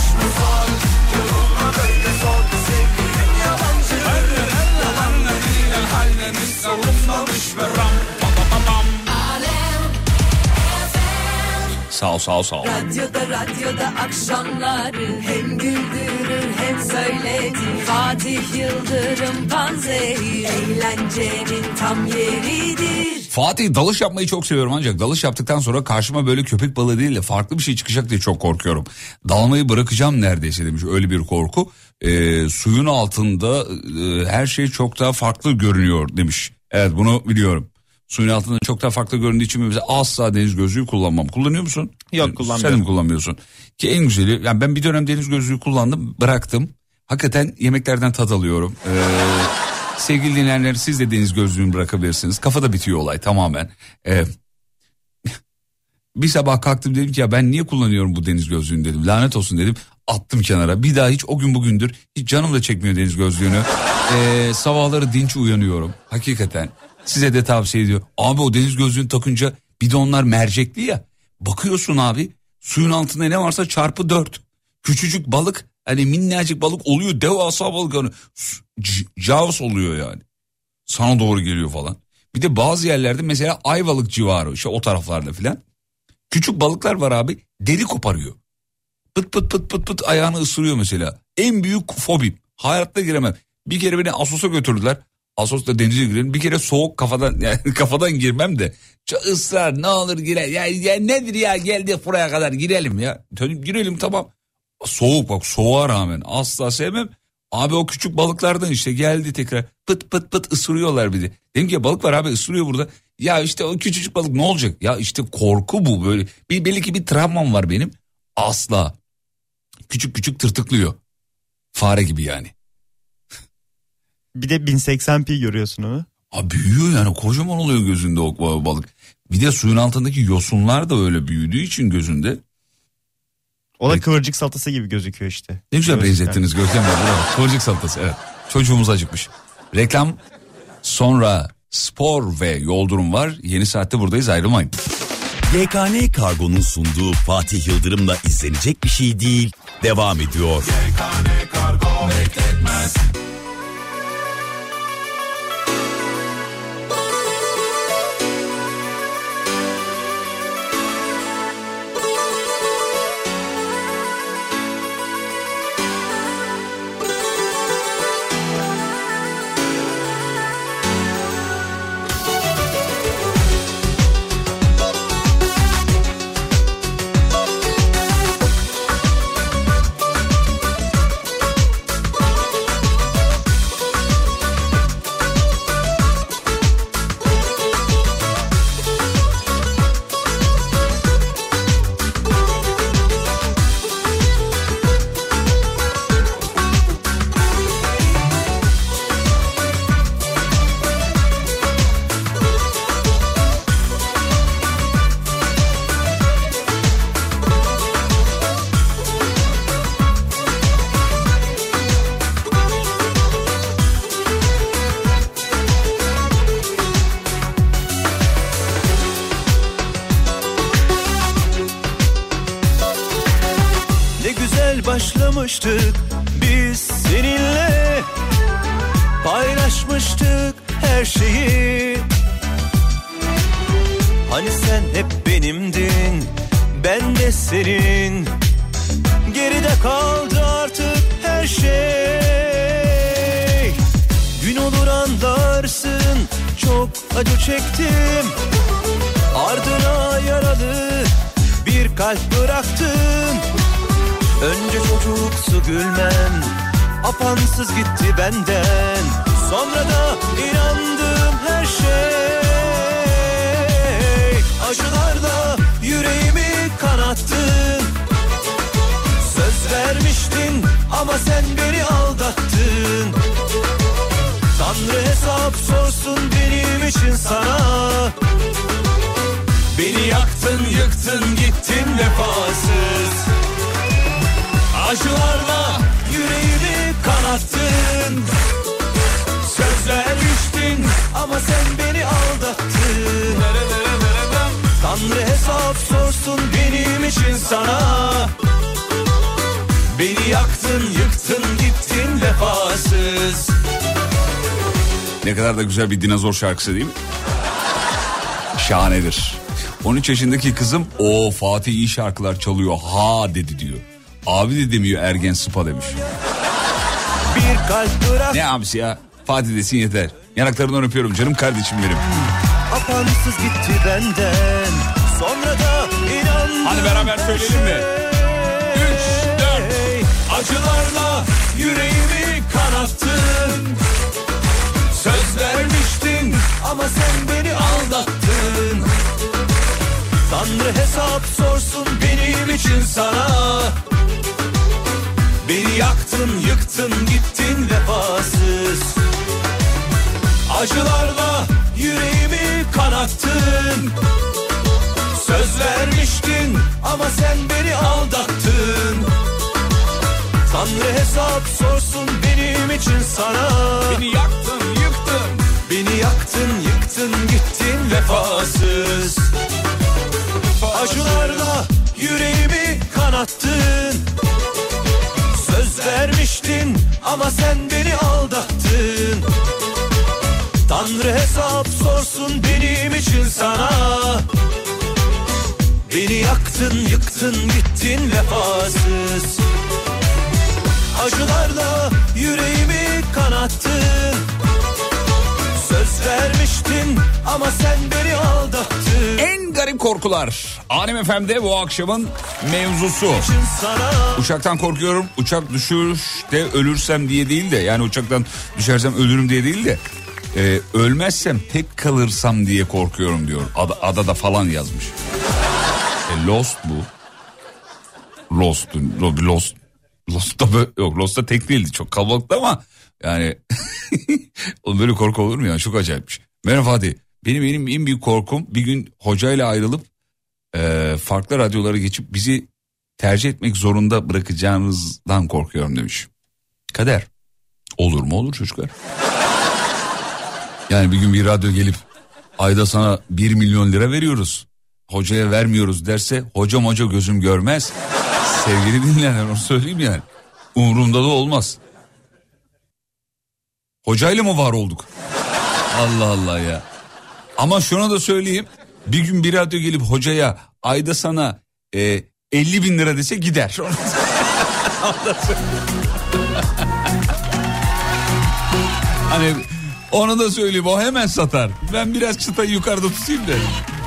Sağ ol, sağ ol, sağ ol. Radyoda radyoda akşamları hem güldürür hem söyletir. Fatih Yıldırım panzehir eğlencenin tam yeridir. Fatih, dalış yapmayı çok seviyorum ancak dalış yaptıktan sonra karşıma böyle köpek balığı değil de farklı bir şey çıkacak diye çok korkuyorum. Dalmayı bırakacağım neredeyse demiş, öyle bir korku. Ee, suyun altında e, her şey çok daha farklı görünüyor demiş. Evet, bunu biliyorum. Suyun altında çok daha farklı göründüğü için mesela asla deniz gözlüğü kullanmam. Kullanıyor musun? Yok, kullanmıyorum. Sen mi kullanmıyorsun? Ki en güzeli, yani ben bir dönem deniz gözlüğü kullandım, bıraktım. Hakikaten yemeklerden tat alıyorum. Ee, sevgili dinleyenler, siz de deniz gözlüğünü bırakabilirsiniz. Kafada bitiyor olay tamamen. Ee, bir sabah kalktım, dedim ki ya ben niye kullanıyorum bu deniz gözlüğünü dedim. Lanet olsun dedim. Attım kenara. Bir daha hiç o gün bugündür hiç canım da çekmiyor deniz gözlüğünü. Ee, sabahları dinç uyanıyorum. Hakikaten. Size de tavsiye ediyor. Abi o deniz gözlüğünü takınca, bir de onlar mercekli ya. Bakıyorsun abi, suyun altında ne varsa çarpı dört. Küçücük balık, hani minnacık balık oluyor, devasa balık hani Jaws oluyor yani. Sana doğru geliyor falan. Bir de bazı yerlerde mesela Ayvalık civarı, işte o taraflarda filan. Küçük balıklar var abi, deri koparıyor. Pıt pıt pıt pıt pıt ayağını ısırıyor mesela. En büyük fobim. Hayatta giremem. Bir kere beni Assos'a götürdüler. Assos'ta denize girelim. Bir kere soğuk kafadan yani kafadan girmem de. Çok ısrar, ne olur girelim. Ya, ya nedir ya, geldik buraya kadar girelim ya. Girelim tamam. Soğuk, bak soğuğa rağmen asla sevmem. Abi o küçük balıklardan işte geldi tekrar. Pıt pıt pıt ısırıyorlar bir de. Dedim ki balık var abi, ısırıyor burada. Ya işte o küçücük balık ne olacak? Ya işte korku bu böyle. Bir, belli ki bir travmam var benim. Asla. Küçük küçük tırtıklıyor. Fare gibi yani. Bir de bin seksen pi görüyorsun onu. Ha büyüyor yani, kocaman oluyor gözünde o balık. Bir de suyun altındaki yosunlar da öyle büyüdüğü için gözünde. O da kıvırcık salatası gibi gözüküyor işte. Ne güzel Gözüküyor. benzettiniz Görkem Bey. Kıvırcık salatası, evet. Çocuğumuz acıkmış. Reklam, sonra spor ve yol durum var. Yeni saatte buradayız, ayrılmayın. Y K N Kargo'nun sunduğu Fatih Yıldırım'la izlenecek bir şey değil devam ediyor. Y K N Kargo bekletmez. güzel başlamıştık biz seninle. Paylaşmıştık her şeyi. Hani sen hep benimdin, ben de senin. Geride kaldı artık her şey. Gün olur anlarsın, çok acı çektim. Ardına yaralı bir kalp bıraktın. Önce çocuksu gülmem apansız gitti benden. Sonra da inandım her şey. Acılarla yüreğimi kanattın. Söz vermiştin ama sen beni aldattın. Tanrı hesap sorsun benim için sana. Beni yaktın, yıktın, gittin vefasız. Acılarla yüreğimi kanattın. Söz vermiştin ama sen beni aldattın. Tanrı hesap sorsun benim için sana. Beni yaktın, yıktın, gittin vefasız. Ne kadar da güzel bir dinozor şarkısı değil mi? Şahanedir. on üç yaşındaki kızım o Fatih iyi şarkılar çalıyor ha dedi diyor. Abi de demiyor, ergen sıpa demiş. Bir kalp bırak. Ne abisi ya, Fatih desin yeter. Yanaklarından öpüyorum canım kardeşim benim. Apansız gitti benden. Sonra da inandım. Hadi beraber söyleyelim mi? Üç, dört. Acılarla yüreğimi kanattın. Söz vermiştin ama sen beni aldattın. Tanrı hesap sorsun benim için sana. Beni yaktın, yıktın, gittin vefasız. Acılarla yüreğimi kanattın. Söz vermiştin ama sen beni aldattın. Tanrı hesap sorsun benim için sana. Beni yaktın, yıktın. Beni yaktın, yıktın, gittin vefasız. Acılarla yüreğimi kanattın. Söz vermiştin ama sen beni aldattın. Tanrı hesap sorsun benim için sana. Beni yaktın, yıktın, gittin vefasız. Acılarla yüreğimi kanattın. Söz vermiştin ama sen beni aldattın. En garip korkular. Alem F M'de bu akşamın mevzusu. Uçaktan korkuyorum. Uçak düşüşte ölürsem diye değil de, yani uçaktan düşersem ölürüm diye değil de e, ölmezsem tek kalırsam diye korkuyorum diyor. Ada, adada falan yazmış. E, Lost bu. Lost. Lost. Lost'ta böyle, yok Lost'ta tek değildi, çok kalabalıktı ama yani oğlum böyle korku olur mu ya, çok acayipmiş. Merhaba Fatih, benim benim en büyük korkum bir gün hocayla ayrılıp e, farklı radyolara geçip bizi tercih etmek zorunda bırakacağınızdan korkuyorum demiş. Kader, olur mu olur çocuklar. Yani bir gün bir radyo gelip ayda sana bir milyon lira veriyoruz, hocaya vermiyoruz derse hocam hoca gözüm görmez. Sevgili dinleyenler, onu söyleyeyim yani. Umurumda da olmaz. Hocayla mı var olduk? Allah Allah ya. Ama şunu da söyleyeyim. Bir gün bir radyo gelip hocaya ayda sana e, elli bin lira dese gider. Hani onu da söyleyeyim, o hemen satar. Ben biraz çıtayı yukarıda tutayım da.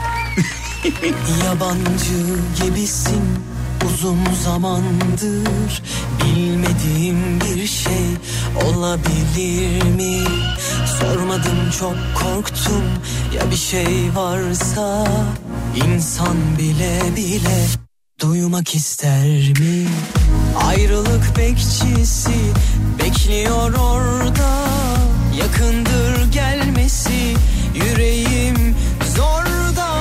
Yabancı gibisin uzun zamandır, bilmediğim bir şey olabilir mi? Sormadım, çok korktum, ya bir şey varsa insan bile bile duymak ister mi? Ayrılık bekçisi bekliyor orada, yakındır gelmesi, yüreğim zorda.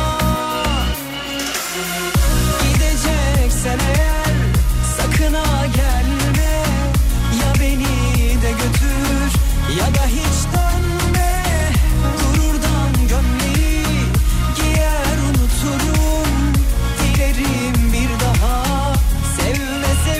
Gideceksen eğer sakın ha gelme, ya beni de götür ya da hiç dönme. Gururdan gömleği giyer unuturum, dilerim bir daha sevmese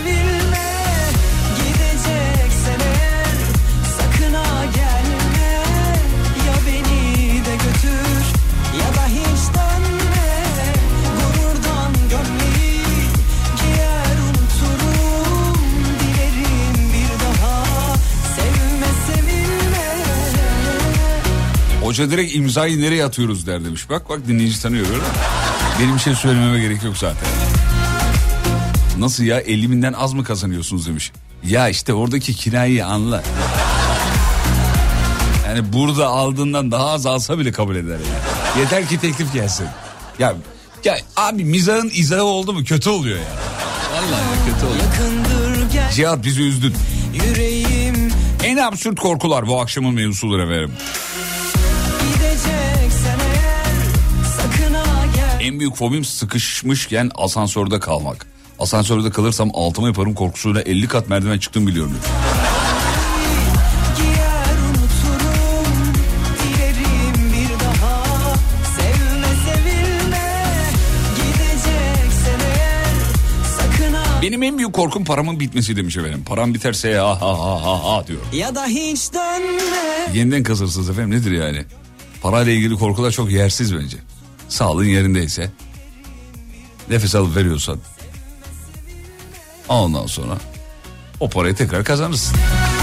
Hoca direkt imzayı nereye atıyoruz der demiş. Bak bak dinleyici tanıyor öyle mi? Benim bir şey söylememe gerek yok zaten. Nasıl ya elli binden az mı kazanıyorsunuz demiş. Ya işte oradaki kirayı anla. Yani burada aldığından daha az alsa bile kabul eder yani. Yeter ki teklif gelsin. Ya, ya abi mizahın izahı oldu mu kötü oluyor ya. Vallahi kötü oluyor. Cihat bizi üzdün. Yüreğim. En absürt korkular bu akşamın mevzusudur efendim. En büyük fobim sıkışmışken asansörde kalmak. Asansörde kalırsam altıma yaparım korkusuyla elli kat merdiven çıktım biliyorum. Benim en büyük korkum paramın bitmesi demiş efendim. Param biterse ha ha ha ha ha diyor. Ya da hiç dönme. Yeniden kazırsınız efendim nedir yani? Parayla ilgili korkular çok yersiz bence. Sağlığın yerindeyse, nefes alıp veriyorsan, ondan sonra o parayı tekrar kazanırsın.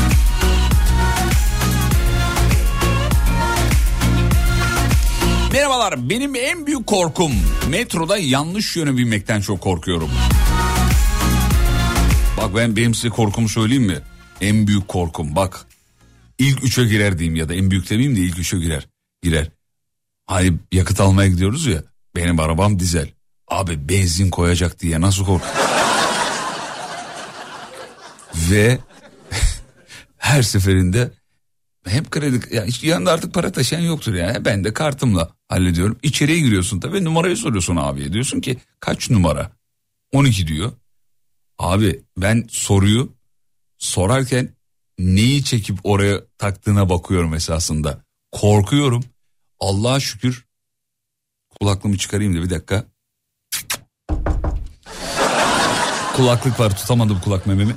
Merhabalar, benim en büyük korkum metroda yanlış yöne binmekten çok korkuyorum. Bak ben benim size korkumu söyleyeyim mi? En büyük korkum bak. İlk üçe girer diyeyim ya da en büyük demeyeyim de ilk üçe girer. Girer. Hani yakıt almaya gidiyoruz ya. Benim arabam dizel. Abi benzin koyacak diye nasıl kork? Ve her seferinde hem kredi ya hiç yanında artık para taşıyan yoktur yani. Ben de kartımla hallediyorum. İçeriye giriyorsun tabii numarayı soruyorsun abiye. Diyorsun ki kaç numara? on iki diyor. Abi ben soruyu sorarken neyi çekip oraya taktığına bakıyorum esasında. Korkuyorum. Allah'a şükür kulaklığımı çıkarayım da bir dakika. Kulaklık var tutamadım kulak mememi.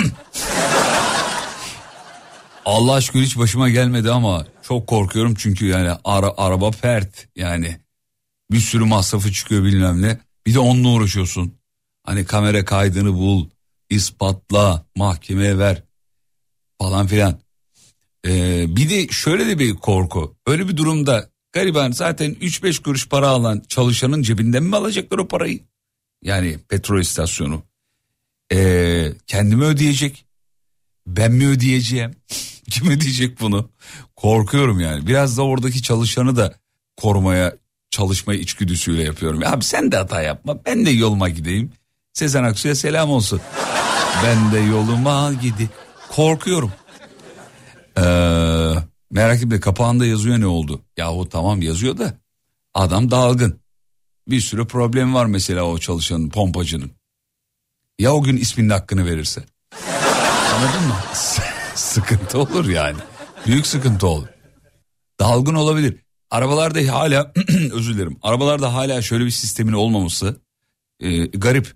Allah'a şükür hiç başıma gelmedi ama çok korkuyorum çünkü yani ara, araba pert yani bir sürü masrafı çıkıyor bilmem ne. Bir de onunla uğraşıyorsun. Hani kamera kaydını bul, ispatla, mahkemeye ver falan filan. Ee, bir de şöyle de bir korku. Öyle bir durumda gariban zaten üç beş kuruş para alan çalışanın cebinden mi alacaklar o parayı? Yani petrol istasyonu. Ee, kendimi ödeyecek. Ben mi ödeyeceğim? Kim ödeyecek bunu? Korkuyorum yani. Biraz da oradaki çalışanı da korumaya çalışmayı içgüdüsüyle yapıyorum. Abi sen de hata yapma. Ben de yoluma gideyim. Sezen Aksu'ya selam olsun. Ben de yoluma gideyim. Korkuyorum. Ee, merak etme kapağında yazıyor ne oldu? Yahu tamam yazıyor da adam dalgın. Bir sürü problem var mesela o çalışanın, pompacının. Ya o gün isminin hakkını verirse? Anladın mı? Sıkıntı olur yani. Büyük sıkıntı olur. Dalgın olabilir. Arabalarda hala özür dilerim. Arabalarda hala şöyle bir sistemin olmaması e, garip.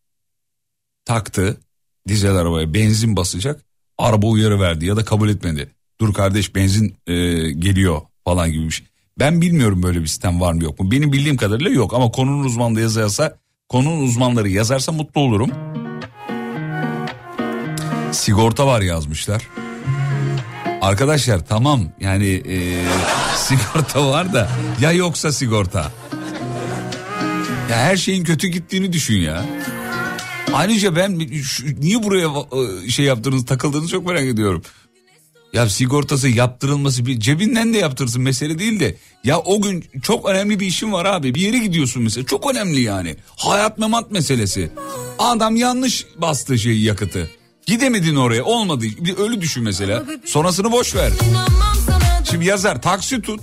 Taktı dizel arabaya benzin basacak. Araba uyarı verdi ya da kabul etmedi. Dur kardeş benzin e, geliyor falan gibi bir şey. Ben bilmiyorum böyle bir sistem var mı yok mu. Benim bildiğim kadarıyla yok ama konunun uzmanlığı yazarsa, konunun uzmanları yazarsa mutlu olurum. Sigorta var yazmışlar. Arkadaşlar tamam yani e, sigorta var da ya yoksa sigorta. Ya her şeyin kötü gittiğini düşün ya. Ayrıca ben şu, niye buraya şey yaptığınız takıldığınızı çok merak ediyorum. Ya sigortası yaptırılması bir cebinden de yaptırsın mesele değil de. Ya o gün çok önemli bir işin var abi. Bir yere gidiyorsun mesela çok önemli yani. Hayat memat meselesi. Adam yanlış bastı şeyi yakıtı. Gidemedin oraya olmadı. Bir ölü düşün mesela. Sonrasını boş ver. Şimdi yazar taksi tut.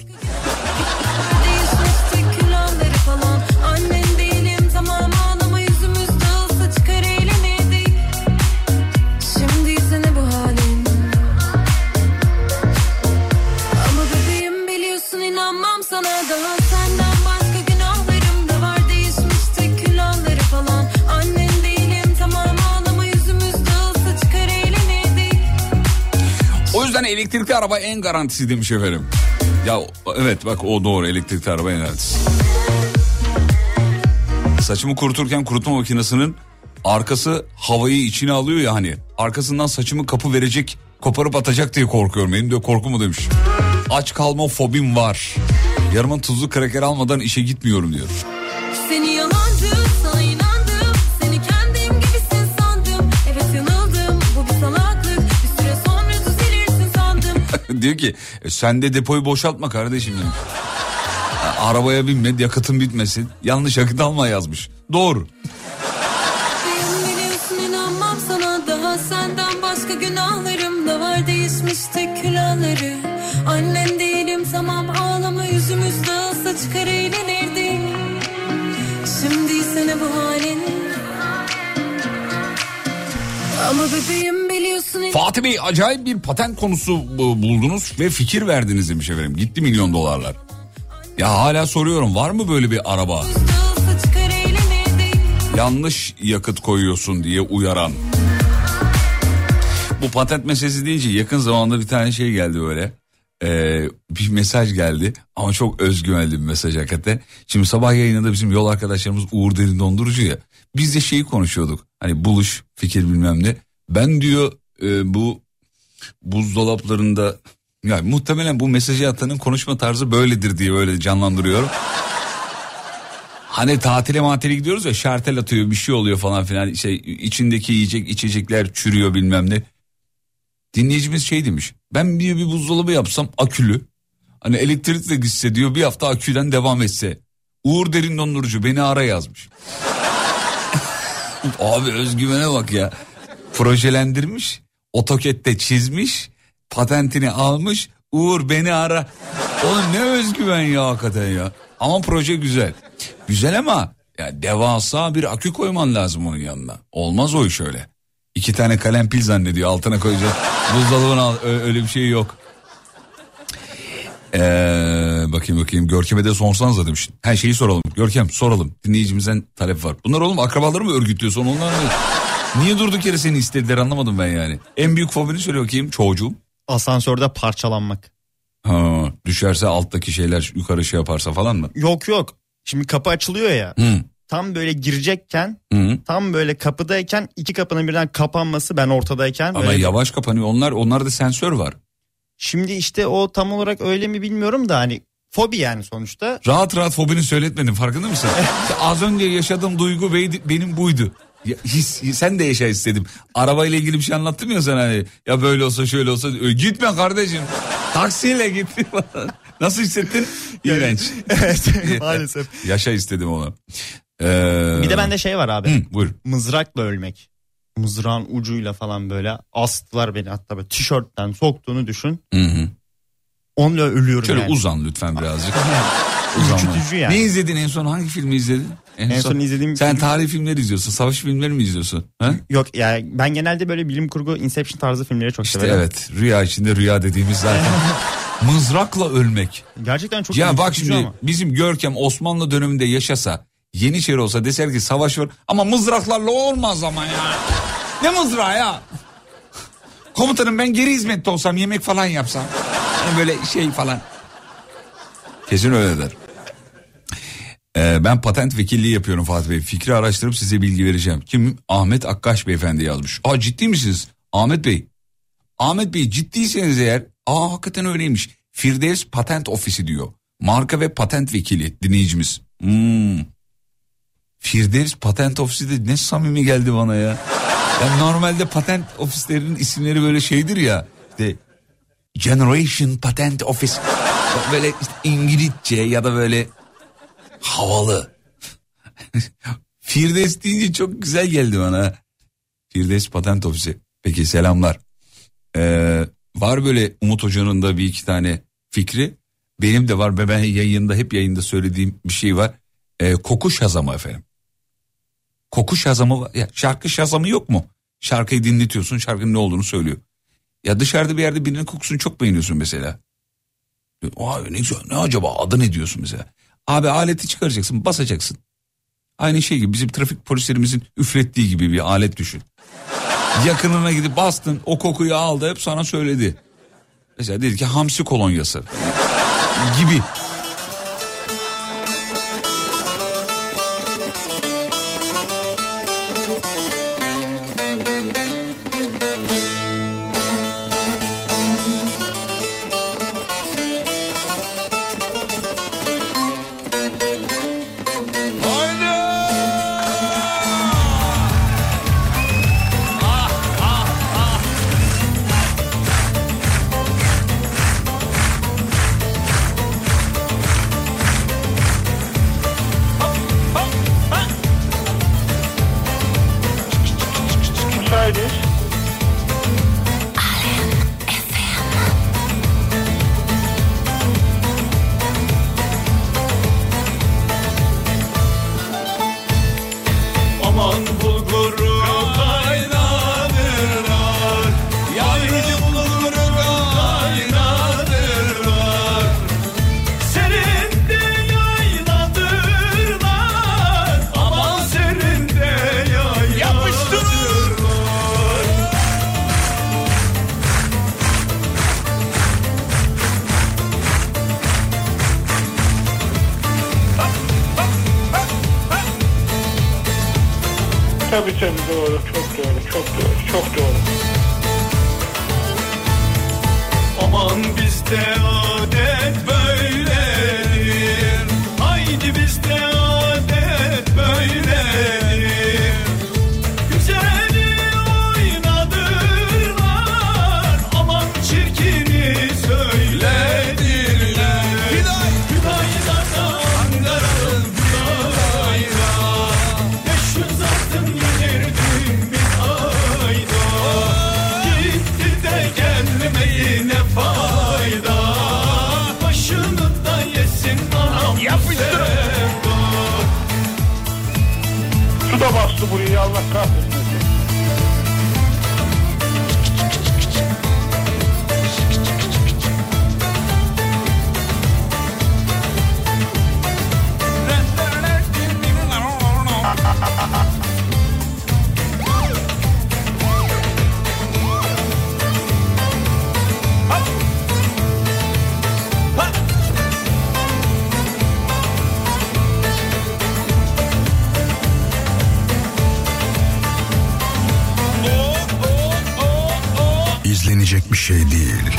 O yüzden elektrikli araba en garantisi demiş efendim. Ya evet bak o doğru elektrikli araba en garantisi. Saçımı kuruturken kurutma makinesinin arkası havayı içine alıyor ya hani. Arkasından saçımı kapı verecek, koparıp atacak diye korkuyorum. Benim de korku mu demiş. Aç kalma fobim var. Yarımın tuzlu kraker almadan işe gitmiyorum diyor. Seni yalancı sana inandım. Seni kendim gibisin sandım. Evet yanıldım bu bir salaklık. Bir süre sonra düzelirsin sandım. Diyor ki e, sen de depoyu boşaltma kardeşim demiş. Arabaya binme, yakıtın bitmesin. Yanlış yakıt alma yazmış. Doğru. Biliyorsun inanmam sana. Daha senden başka günahlarım da var. Değişmiş tek külahları. Annen değilim tamam ağlama. Yüzümüzde asa çıkar eğlenirdik. Şimdi sana bu halin. Ama bebeğim biliyorsun. Fatih Bey acayip bir patent konusu buldunuz ve fikir verdiniz demiş efendim. Gitti milyon dolarlar. Ya hala soruyorum, var mı böyle bir araba? Yanlış yakıt koyuyorsun diye uyaran. Bu patent meselesi deyince yakın zamanda bir tane şey geldi böyle. Ee, bir mesaj geldi ama çok özgüvenli bir mesaj hakikaten. Şimdi sabah yayınında bizim yol arkadaşlarımız Uğur Derin Dondurucu ya. Biz de şeyi konuşuyorduk. Hani buluş, fikir bilmem ne. Ben diyor e, bu buzdolaplarında... Yani muhtemelen bu mesajı atanın konuşma tarzı böyledir diye böyle canlandırıyorum. Hani tatile matile gidiyoruz ya, şartel atıyor bir şey oluyor falan filan. Şey, içindeki yiyecek içecekler çürüyor bilmem ne. Dinleyicimiz şey demiş. Ben bir, bir buzdolabı yapsam akülü. Hani elektrik de gitse diyor, bir hafta aküden devam etse. Uğur Derin Dondurucu beni ara yazmış. Abi özgüvene bak ya. Projelendirmiş. AutoCAD'de çizmiş. Patentini almış. Uğur beni ara. Oğlum ne özgüven ya hakikaten ya. Ama proje güzel. Güzel ama ya devasa bir akü koyman lazım onun yanına. Olmaz o iş öyle. İki tane kalem pil zannediyor altına koyacak. Buzdolabına al, öyle bir şey yok. Ee, bakayım bakayım Görkem'e de sorsanız demiş. Her şeyi soralım. Görkem soralım. Dinleyicimizden talep var. Bunlar oğlum akrabaları mı örgütlüyorsun? Onlar mı? Niye durduk yere seni istediler anlamadım ben yani. En büyük fobini söyle bakayım çocuğum. Asansörde parçalanmak. Ha, düşerse alttaki şeyler yukarı şey yaparsa falan mı? Yok yok. Şimdi kapı açılıyor ya. Hı. Tam böyle girecekken, Hı. tam böyle kapıdayken iki kapının birden kapanması, ben ortadayken. Ama böyle... yavaş kapanıyor. Onlar onlarda sensör var. Şimdi işte o tam olarak öyle mi bilmiyorum da hani fobi yani sonuçta. Rahat rahat fobini söyletmedim, farkında mısın? Az önce yaşadığım duygu benim buydu. Ya, his, sen de yaşa istedim. Arabayla ilgili bir şey anlattım ya sana hani. Ya böyle olsa şöyle olsa. Gitme kardeşim. Taksiyle git. Nasıl hissettin? İğrenç. Evet maalesef. Yaşa istedim onu. Ee... Bir de bende şey var abi. Hı, buyur. Mızrakla ölmek. Mızrağın ucuyla falan böyle astılar beni, hatta böyle tişörtten soktuğunu düşün. Hı hı. Onunla ölüyorum şöyle yani. uzan lütfen birazcık. Ürkütücü yani. Ne izledin en son? Hangi filmi izledin? En, en son, son izlediğim... Sen tarih filmleri izliyorsun. Savaş filmleri mi izliyorsun? Ha? Yok yani ben genelde böyle bilim kurgu, Inception tarzı filmleri çok işte severim. Evet, rüya içinde rüya dediğimiz zaten. Mızrakla ölmek. Gerçekten çok ya bak şimdi ama. Bizim Görkem Osmanlı döneminde yaşasa, Yeniçeri olsa, deser ki savaş var ama mızraklarla olmaz ama ya. Ne mızrağı ya? Komutanım ben geri hizmette olsam, yemek falan yapsam. Yani böyle şey falan. Kesin öyle der. Ee, ben patent vekilliği yapıyorum Fatih Bey. Fikri araştırıp size bilgi vereceğim. Kim? Ahmet Akkaş beyefendi yazmış. Aa, ciddi misiniz Ahmet Bey? Ahmet Bey ciddiyseniz eğer, aa hakikaten öyleymiş. Firdevs Patent Ofisi diyor. Marka ve patent vekili dinleyicimiz. Hmm. Firdevs Patent Ofisi de ne samimi geldi bana ya. Yani normalde patent ofislerinin isimleri böyle şeydir ya. İşte Generation Patent Office. Böyle işte İngilizce ya da böyle havalı. Firdevs deyince çok güzel geldi bana. Firdevs Patent Ofisi. Peki selamlar. Ee, var böyle Umut Hoca'nın da bir iki tane fikri. Benim de var ve ben yayında hep yayında söylediğim bir şey var. Ee, koku şazamı efendim. Koku şazamı, ya şarkı şazamı yok mu? Şarkıyı dinletiyorsun, şarkının ne olduğunu söylüyor. Ya dışarıda bir yerde birinin kokusunu çok beğeniyorsun mesela. Vay ne güzel, ne acaba adı ne diyorsun mesela. Abi aleti çıkaracaksın, basacaksın. Aynı şey gibi bizim trafik polislerimizin üflettiği gibi bir alet düşün. Yakınına gidip bastın, o kokuyu aldı, hep sana söyledi. Mesela dedi ki hamsi kolonyası gibi. Tabii tabii doğru, çok doğru, çok doğru, çok doğru. Aman bizde adet böyledir. Haydi bizde adet böyledir. Güzeli oynadırlar. Aman çirkini söyledirler. Hüday, Hüday'dan Ankara'nın Hüday'da. Beş yüz altın yedirdim bir ayda. Gitti de gelmeyine fayda. Başını da yesin anam sevda. Su da bastı burayı, Allah kahretsin. İzlenecek bir şey değil.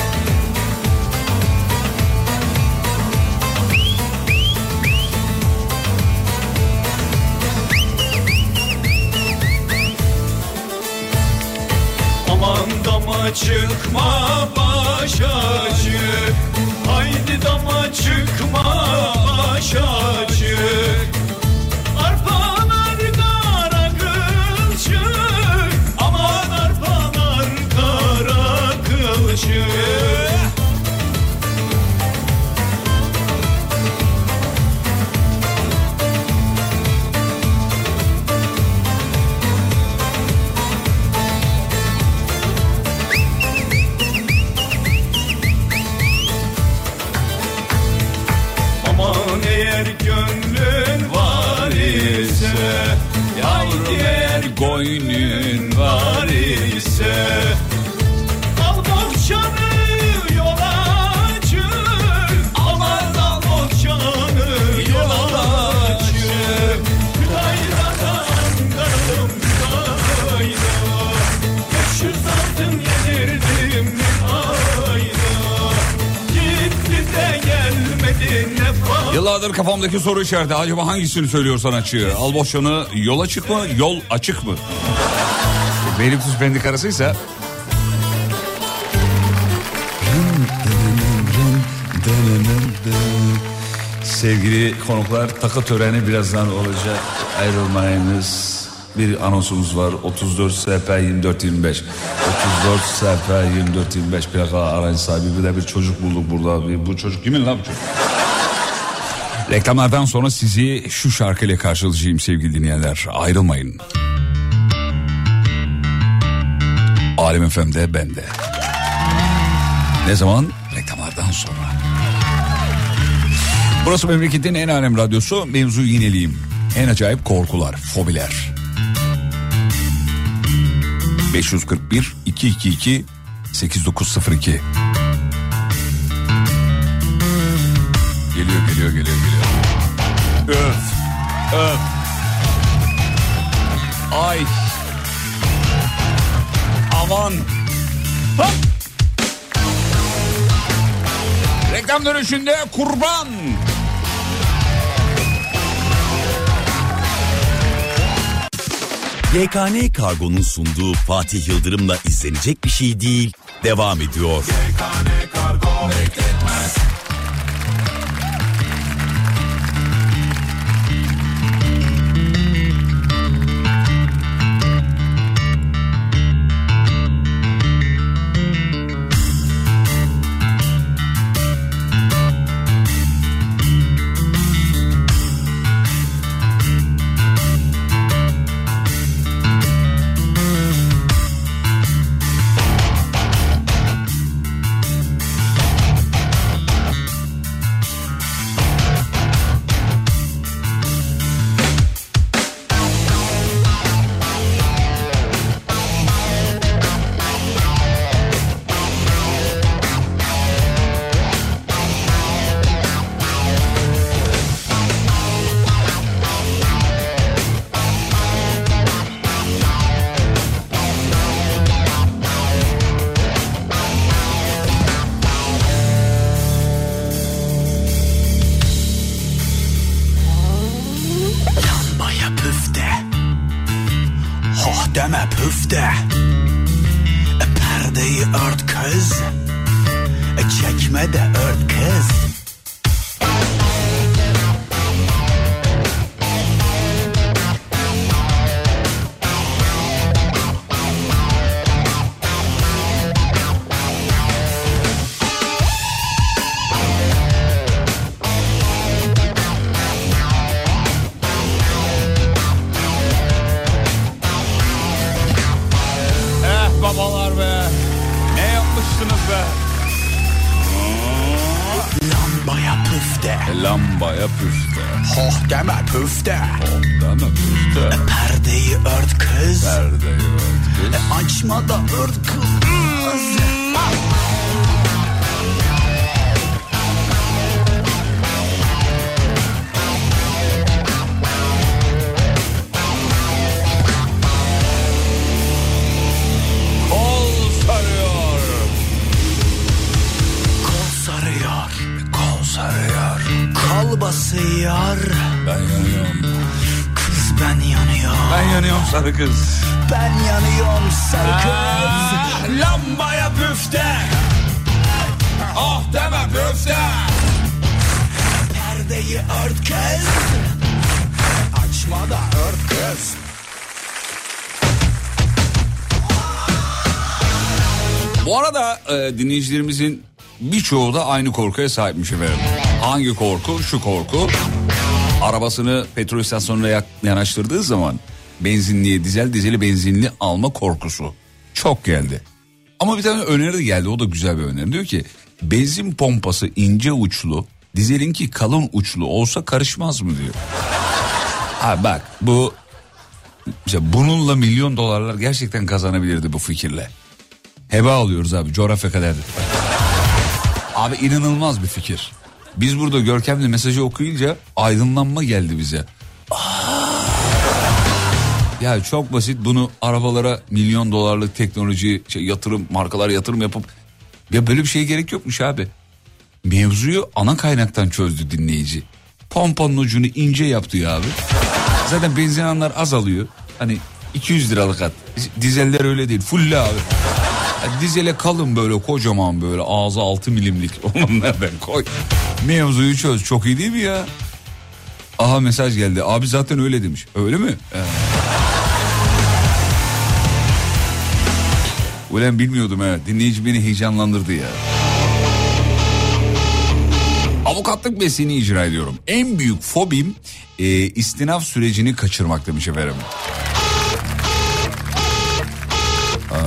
Aman dama çıkma baş açık. Haydi dama çıkma baş açık. Arpalar kara kılçık. Aman arpalar kara kılçık. Aman eğer gönlün var ise, haydi eğer gönlün var ise, al bohçanı yola çık. Aman al bohçanı yola çık. Hüdayda Ankara'm Hüdayda. Beş yüz altın yedirdim bir ayda. Gitti de gelmedi ne fayda. Yıllardır kafamdaki soru işareti. Acaba hangisini söylüyor sanatçı? Al boşanı yol açık mı? Yol açık mı? Benim tuz pendik arasıysa. Sevgili konuklar, takı töreni birazdan olacak. Ayrılmayınız. Bir anonsumuz var. otuz dört S P yirmi dört yirmi beş. otuz dört S P yirmi dört yirmi beş plaka aracı sahibi. Bir de bir çocuk bulduk burada. Bu çocuk kimin lan bu çocuk? Reklamlardan sonra sizi şu şarkıyla karşılayacağım sevgili dinleyenler. Ayrılmayın. Alem F M'de bende. Ne zaman? Reklamlardan sonra. Burası memleketin en alem radyosu. Mevzu yineleyeyim. En acayip korkular, fobiler. beş yüz kırk bir iki yüz yirmi iki sekiz dokuz sıfır iki. Geliyor geliyor geliyor geliyor. Öf. Öf. Ay. Aman. Hop. Reklam dönüşünde kurban. Y K N Kargo'nun sunduğu Fatih Yıldırım'la izlenecek bir şey değil devam ediyor. Y K N Kargo bekletmez. püfte. E, perdeyi ört kız. E, çekme de ört kız. Babalar be, ne yapmışsınız be? Lambaya püfte. Lambaya püfte. Hoh deme püfte. Hoh deme püfte. E, perdeyi ört kız. Perdeyi ört kız. E, açma da ört kız. Kal basıyor. Ben yanıyorum. Kız ben yanıyorum. Ben yanıyorum sarı kız. Ben yanıyorum sarı kız. Lambaya püfte. Ah deme püfte. Perdeyi ört kız. Açma da ört kız. Bu arada e, dinleyicilerimizin birçoğu da aynı korkuya sahipmiş efendim. Hangi korku? Şu korku. Arabasını petrol istasyonuna yanaştırdığı zaman benzinliğe dizel dizeli benzinli alma korkusu çok geldi. Ama bir tane öneri de geldi, o da güzel bir öneri. Diyor ki benzin pompası ince uçlu, dizelinki kalın uçlu olsa karışmaz mı diyor. Ha bak bu işte bununla milyon dolarlar gerçekten kazanabilirdi bu fikirle. Heba alıyoruz abi, coğrafya kaderdir. Abi inanılmaz bir fikir. Biz burada Görkem'le mesajı okuyunca aydınlanma geldi bize. Aa! Ya çok basit, bunu arabalara milyon dolarlık teknoloji şey, yatırım markalar yatırım yapıp ya böyle bir şeye gerek yokmuş abi. Mevzuyu ana kaynaktan çözdü dinleyici. Pompanın ucunu ince yaptı ya abi. Zaten benzin alanlar azalıyor. Hani iki yüz liralık at. Dizeller öyle değil. Full abi. Yani dizele kalın böyle kocaman böyle ağzı altı milimlik. Onu nereden koy? Mevzuyu çöz. Çok iyi değil mi ya? Aha mesaj geldi. Abi zaten öyle demiş. Öyle mi? Ee. Ulan bilmiyordum ha. Dinleyici beni heyecanlandırdı ya. Avukatlık mesleğini icra ediyorum. En büyük fobim e, istinaf sürecini kaçırmak demiş efendim. Ee,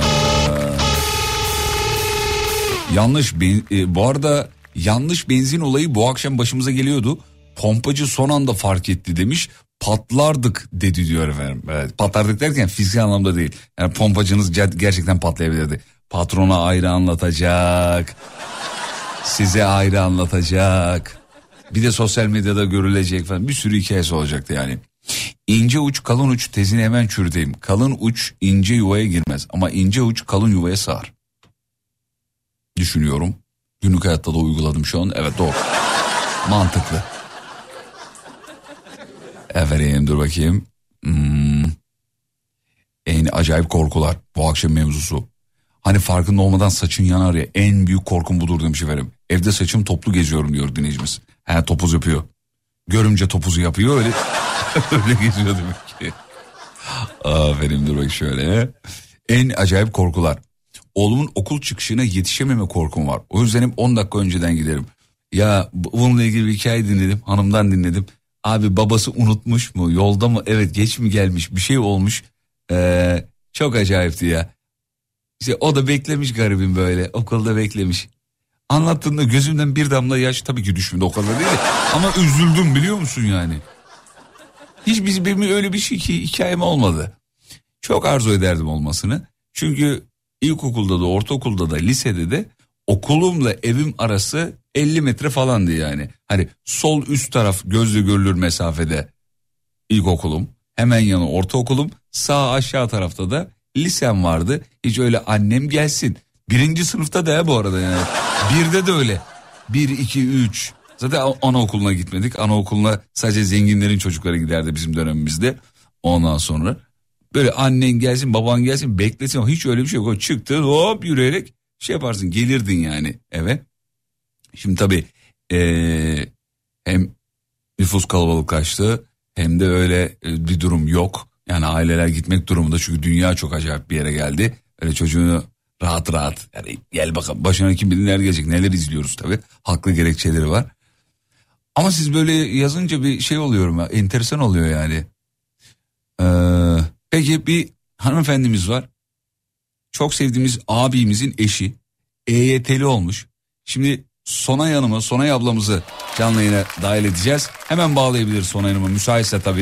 yanlış ben, e, bu arada yanlış benzin olayı bu akşam başımıza geliyordu. Pompacı son anda fark etti demiş. Patlardık dedi diyor efendim. Evet, patlardık derken fiziksel anlamda değil. Yani pompacınız gerçekten patlayabilirdi. Patrona ayrı anlatacak. Size ayrı anlatacak. Bir de sosyal medyada görülecek falan. Bir sürü hikayesi olacaktı yani. İnce uç kalın uç tezini hemen çürüteyim. Kalın uç ince yuvaya girmez. Ama ince uç kalın yuvaya sığar. Düşünüyorum. Günlük hayatta da uyguladım şu an. Evet doğru. Mantıklı. Efendim dur bakayım. Hmm. En acayip korkular. Bu akşam mevzusu. Hani farkında olmadan saçın yanar ya, en büyük korkum budur demiş efendim. Evde saçım toplu geziyorum diyor dinleyicimiz. He topuz yapıyor. Görümce topuzu yapıyor öyle. Öyle geziyor demek ki. Aferin dur bak şöyle. En acayip korkular. Oğlumun okul çıkışına yetişememe korkum var. O yüzden hep on dakika önceden giderim. Ya bununla ilgili bir hikaye dinledim. Hanımdan dinledim. Abi babası unutmuş mu? Yolda mı? Evet geç mi gelmiş? Bir şey olmuş. Ee, çok acayipti ya. İşte o da beklemiş garibim böyle. Okulda beklemiş. Anlattığında gözümden bir damla yaş tabii ki düşmedi o kadar değil. Ama üzüldüm biliyor musun yani. Hiç bizim benim öyle bir şey ki hikayem olmadı. Çok arzu ederdim olmasını. Çünkü ilkokulda da ortaokulda da lisede de okulumla evim arası elli metre falandı yani. Hani sol üst taraf gözle görülür mesafede ilkokulum. Hemen yanı ortaokulum. Sağ aşağı tarafta da lisem vardı. Hiç öyle annem gelsin. Birinci sınıfta da ya bu arada yani. Birde de öyle. Bir, iki, üç. Zaten anaokuluna gitmedik. Anaokuluna sadece zenginlerin çocukları giderdi bizim dönemimizde. Ondan sonra böyle annen gelsin baban gelsin beklesin, hiç öyle bir şey yok. Çıktın hop yürüyerek şey yaparsın, gelirdin yani eve. Şimdi tabii ee, hem nüfus kalabalıklaştı hem de öyle bir durum yok. Yani aileler gitmek durumunda, çünkü dünya çok acayip bir yere geldi. Öyle çocuğunu rahat rahat yani gel bakalım başına kim bilir neler gelecek, neler izliyoruz tabii. Haklı gerekçeleri var. Ama siz böyle yazınca bir şey oluyorum ya, enteresan oluyor yani. Ee, peki bir hanımefendimiz var. Çok sevdiğimiz abimizin eşi E Y T'li olmuş. Şimdi Sonay Hanım'ı, Sonay ablamızı canlı yayına dahil edeceğiz. Hemen bağlayabiliriz Sonay Hanım'ı müsaitse tabii.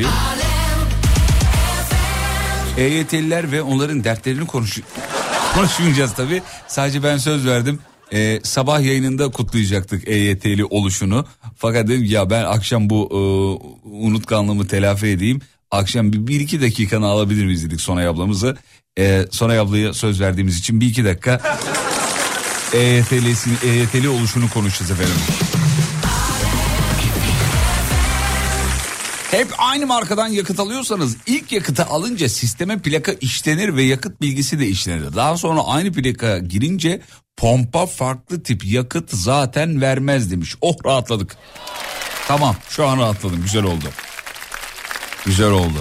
E Y T'liler ve onların dertlerini konuş konuşmayacağız tabii. Sadece ben söz verdim. Ee, sabah yayınında kutlayacaktık E Y T'li oluşunu. Fakat dedim ya ben akşam bu e, unutkanlığımı telafi edeyim. Akşam bir, bir iki dakikanı alabilir miyiz dedik Sonay ablamızı. Ee, Sonay ablaya söz verdiğimiz için bir iki dakika E Y T'lisini, E Y T'li oluşunu konuşacağız efendim. Hep aynı markadan yakıt alıyorsanız ilk yakıtı alınca sisteme plaka işlenir ve yakıt bilgisi de işlenir. Daha sonra aynı plaka girince pompa farklı tip yakıt zaten vermez demiş. Oh rahatladık. Tamam şu an rahatladım, güzel oldu. Güzel oldu.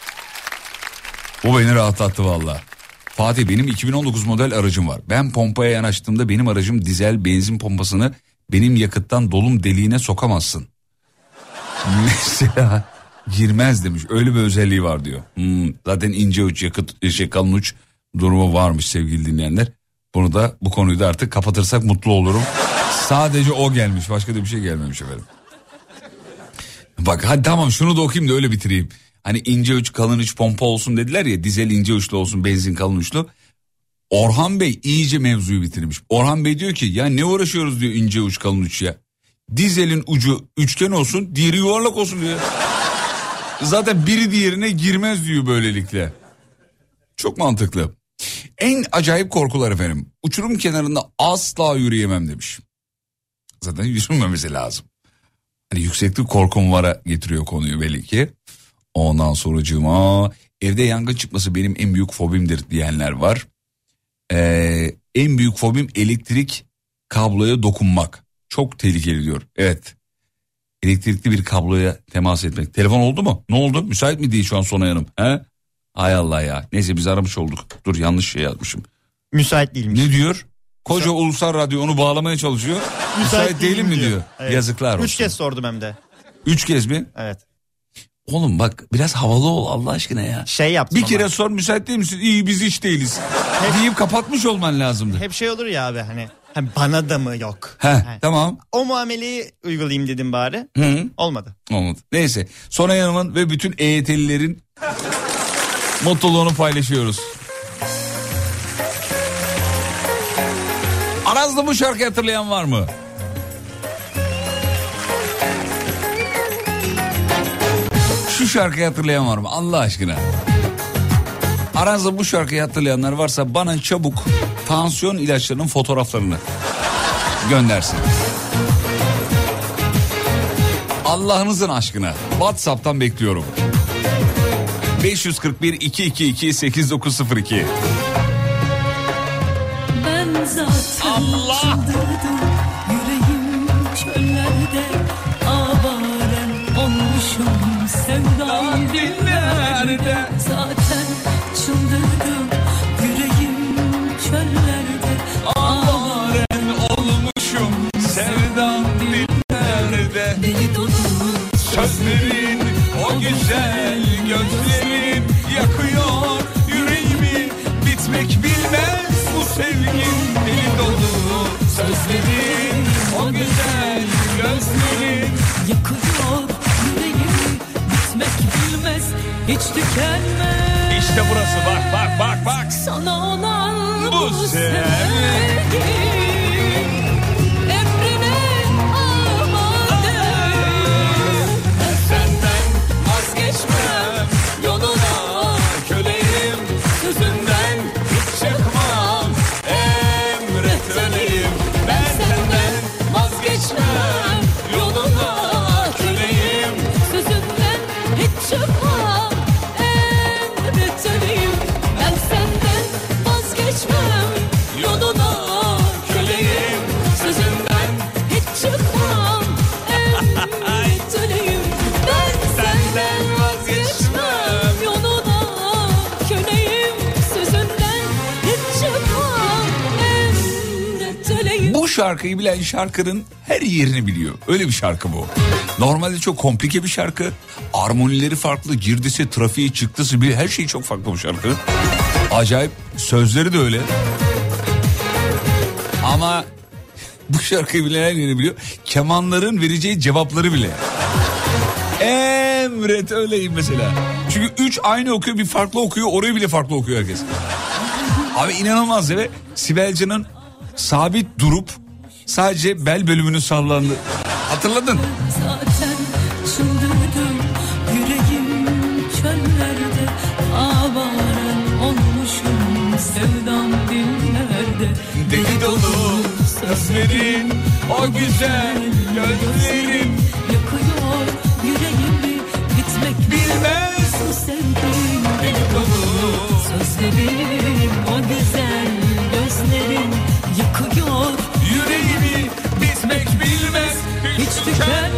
Bu beni rahatlattı valla. Fatih benim iki bin on dokuz model aracım var. Ben pompaya yanaştığımda benim aracım dizel benzin pompasını benim yakıttan dolum deliğine sokamazsın. Mesela girmez demiş. Öyle bir özelliği var diyor. Hmm, zaten ince uç yakıt şey kalın uç durumu varmış sevgili dinleyenler. Bunu da bu konuyu da artık kapatırsak mutlu olurum. Sadece o gelmiş, başka da bir şey gelmemiş efendim. Bak hadi tamam şunu da okuyayım da öyle bitireyim. Hani ince uç kalın uç pompa olsun dediler ya, dizel ince uçlu olsun benzin kalın uçlu. Orhan Bey iyice mevzuyu bitirmiş. Orhan Bey diyor ki ya ne uğraşıyoruz diyor ince uç kalın uç ya. Dizelin ucu üçgen olsun, diğeri yuvarlak olsun diyor. Zaten biri diğerine girmez diyor böylelikle. Çok mantıklı. En acayip korkular efendim. Uçurum kenarında asla yürüyemem demiş. Zaten yürümemesi lazım. Hani yükseklik korkum vara getiriyor konuyu belli ki. Ondan sonracığıma evde yangın çıkması benim en büyük fobimdir diyenler var. Ee, en büyük fobim elektrik kabloya dokunmak. Çok tehlikeli diyor. Evet. Elektrikli bir kabloya temas etmek. Telefon oldu mu? Ne oldu? Müsait mi değil şu an Sonay Hanım? He? Hay Allah ya. Neyse biz aramış olduk. Dur yanlış şey yazmışım. Müsait değilmiş. Ne diyor? Koca Müsait. Ulusal Radyo onu bağlamaya çalışıyor. Müsait, Müsait değilim mi diyor. diyor. Evet. Yazıklar olsun. Üç kez sordum hem de. Üç kez mi? Evet. Oğlum bak biraz havalı ol Allah aşkına ya. Şey yaptım Bir ama. kere sor müsait değil misin? İyi biz hiç değiliz. Hep, deyip kapatmış olman lazımdı. Hep şey olur ya abi hani. Hani bana da mı yok? He yani, tamam. O muameleyi uygulayayım dedim bari. Hı. Olmadı. Olmadı. Neyse. Sonay Hanım'ın ve bütün E Y T'lilerin mutluluğunu paylaşıyoruz. Aranızda bu şarkıyı hatırlayan var mı? Şu şarkıyı hatırlayan var mı? Allah aşkına. Aranızda bu şarkıyı hatırlayanlar varsa bana çabuk tansiyon ilaçlarının fotoğraflarını göndersin. Allah'ınızın aşkına WhatsApp'tan bekliyorum. beş yüz kırk bir iki yüz yirmi iki sekiz dokuz sıfır iki. Ben zaten Allah! Çıldırdım, yüreğim çöllerde avaren olmuşum, sevdam dillerde. Zaten çıldırdım, yüreğim çöllerde avaren olmuşum, sevdam dillerde. Deli dolu sözlerin, o güzel gözlerin yakıyor yüreğimi, bitmek bilmez bu sevgin. Deli dolu sözlerin, o güzel gözlerin yakıyor yüreğimi, bitmek bilmez, hiç tükenmez. İşte burası, bak bak bak bak. Sana olan bu, bu sevgi emrine amade. Ben senden vazgeçmem, yoluna köleyim, sözünden hiç çıkmam, emret öleyim. Ben senden vazgeçmem, yoluna köleyim, sözünden hiç çıkmam, emret öleyim. şarkıyı bilen şarkının her yerini biliyor. Öyle bir şarkı bu. Normalde çok komplike bir şarkı. Armonileri farklı, girdisi, trafiği, çıktısı, bir her şeyi çok farklı bu şarkının. Acayip, sözleri de öyle. Ama bu şarkıyı bilen her yerini biliyor. Kemanların vereceği cevapları bile. Emret öyleyim mesela. Çünkü üç aynı okuyor, bir farklı okuyor, orayı bile farklı okuyor herkes. Abi inanılmaz ve Sibel Can'ın sabit durup sadece bel bölümünün sallandı. Hatırladın? Zaten çıldırdım, yüreğim çöllerde, avaren olmuşum, sevdam dillerde. Deli dolu sözlerin, o güzel gözlerin yakıyor yüreğimi, bitmek bilmez bu sevdiğim. Deli dolu sözlerin, o güzel gözlerin yakıyor yüreğimi, bitmek bilmez, hiç tükenmez.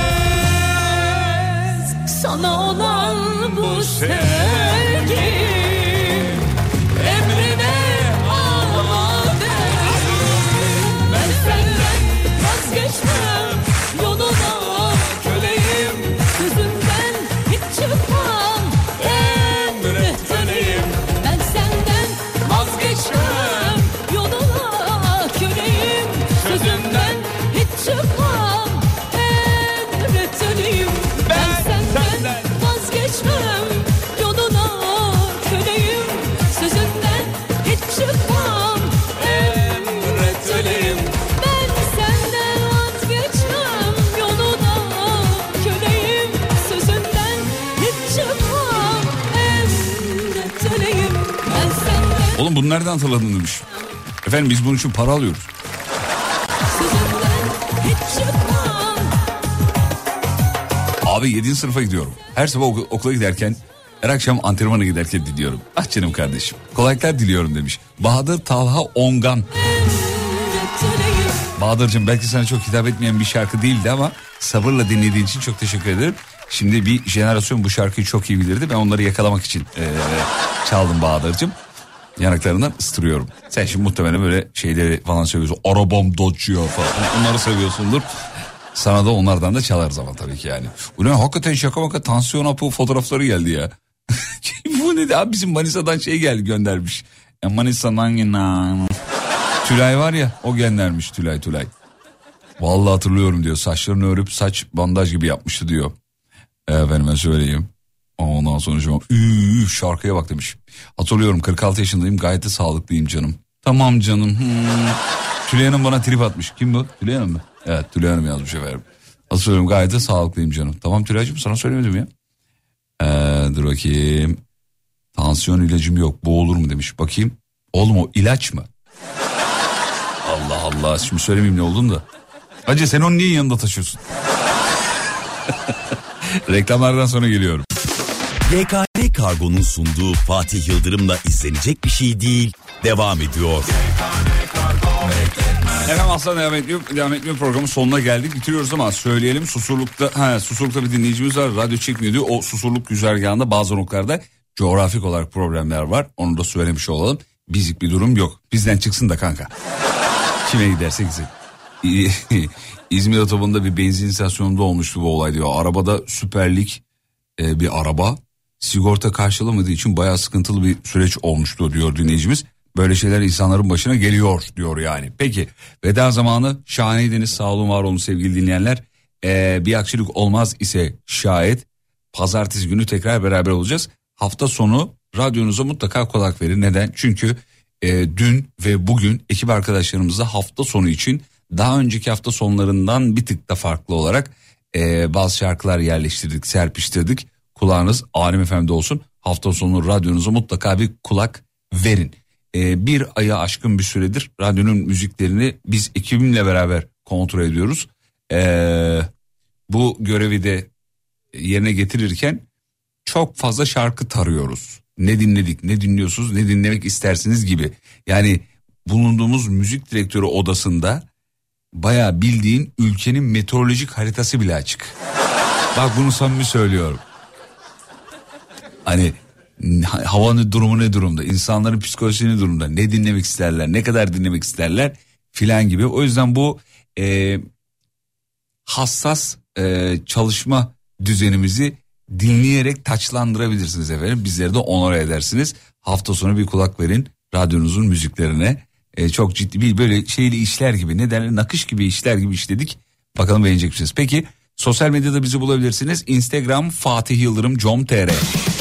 Sana olan bu sevgi emrine amade. Ben senden vazgeçmem, yoluna köleyim, sözümden hiç çıkmam, emret döneyim. Ben senden vazgeçmem, yoluna köleyim, sözümden hiç çıkmam, emret döneyim. Ben senden vazgeçmem, yoluna köleyim, sözümden hiç çıkmam, emret döneyim. Ben senden vazgeçmem, yoluna köleyim, sözümden hiç çıkmam, emret döneyim. Ben senden Oğlum bunu nereden hatırladın demiş. Efendim biz bunun için para alıyoruz. sözümden hiç çıkmam. Abi yedinci sınıfa gidiyorum. Her sabah ok- okula giderken, her akşam antrenmana giderken dinliyorum. Ah canım kardeşim. Kolaylıklar diliyorum demiş. Bahadır Talha Ongan. Bahadır'cığım belki sana çok hitap etmeyen bir şarkı değildi ama sabırla dinlediğin için çok teşekkür ederim. Şimdi bir jenerasyon bu şarkıyı çok iyi bilirdi. Ben onları yakalamak için ee, çaldım Bahadır'cığım. Yanaklarından ıstırıyorum. Sen şimdi muhtemelen böyle şeyleri falan seviyorsun. Arabam Dodge'yor falan. Onları seviyorsundur. Sana da onlardan da çalarız ama tabii ki yani. Bu ne hakikaten şaka maka tansiyon hapı fotoğrafları geldi ya. Bu ne de abi bizim Manisa'dan şey geldi göndermiş. E, Manisa'dan yine. Tülay var ya o göndermiş Tülay Tülay. Vallahi hatırlıyorum diyor, saçlarını örüp saç bandaj gibi yapmıştı diyor. E, efendime söyleyeyim. Ondan sonra şu üü, şarkıya bak demiş. Hatırlıyorum kırk altı yaşındayım, gayet de sağlıklıyım canım. Tamam canım. Hmm. Tülay Hanım bana trip atmış. Kim bu? Tülay Hanım mı? Evet Tülay Hanım yazmış efendim. Hatırlıyorum gayet de sağlıklıyım canım. Tamam Tülay'cığım sana söylemedim ya. Ee, dur bakayım. Tansiyon ilacım yok, bu olur mu demiş. Bakayım. Oğlum o ilaç mı? Allah Allah, şimdi söylemeyeyim ne olduğunu da. Hacı sen onu niye yanında taşıyorsun? Reklamlardan sonra geliyorum. Y K N Kargo'nun sunduğu Fatih Yıldırım'la izlenecek bir şey değil devam ediyor. Efendim aslında devam etmiyor, devam etmiyor programın sonuna geldik. Bitiriyoruz ama söyleyelim Susurluk'ta, ha, Susurluk'ta bir dinleyicimiz var. Radyo çekmiyor diyor. O Susurluk güzergahında bazı noktalarda coğrafik olarak problemler var. Onu da söylemiş olalım. Bizlik bir durum yok. Bizden çıksın da kanka. Kime giderse gitsin. İzmir otobanında bir benzin istasyonunda olmuştu bu olay diyor. Arabada Süper Lig e, bir araba sigorta karşılamadığı için bayağı sıkıntılı bir süreç olmuştu diyor dinleyicimiz. Böyle şeyler insanların başına geliyor diyor yani. Peki veda zamanı, şahaneydiniz, sağ olun var olun sevgili dinleyenler. Ee, bir aksilik olmaz ise şayet pazartesi günü tekrar beraber olacağız. Hafta sonu radyonuza mutlaka kulak verin. Neden? Çünkü e, dün ve bugün ekip arkadaşlarımızla hafta sonu için daha önceki hafta sonlarından bir tık da farklı olarak e, bazı şarkılar yerleştirdik, serpiştirdik. Kulağınız Alem F M'de olsun. Hafta sonu radyonuza mutlaka bir kulak verin. Ee, bir aya aşkın bir süredir radyonun müziklerini biz ekibimle beraber kontrol ediyoruz. Ee, bu görevi de yerine getirirken çok fazla şarkı tarıyoruz. Ne dinledik, ne dinliyorsunuz, ne dinlemek istersiniz gibi. Yani bulunduğumuz müzik direktörü odasında bayağı bildiğin ülkenin meteorolojik haritası bile açık. Bak bunu samimi söylüyorum. Hani havanın durumu ne durumda, insanların psikolojisi ne durumda, ne dinlemek isterler, ne kadar dinlemek isterler filan gibi. O yüzden bu e, hassas e, çalışma düzenimizi dinleyerek taçlandırabilirsiniz efendim. Bizleri de onore edersiniz. Hafta sonu bir kulak verin radyonuzun müziklerine. E, çok ciddi bir böyle şeyli işler gibi, ne derler, nakış gibi işler gibi işledik. Bakalım beğenecek misiniz? Peki sosyal medyada bizi bulabilirsiniz. Instagram Fatih Yıldırım com nokta tr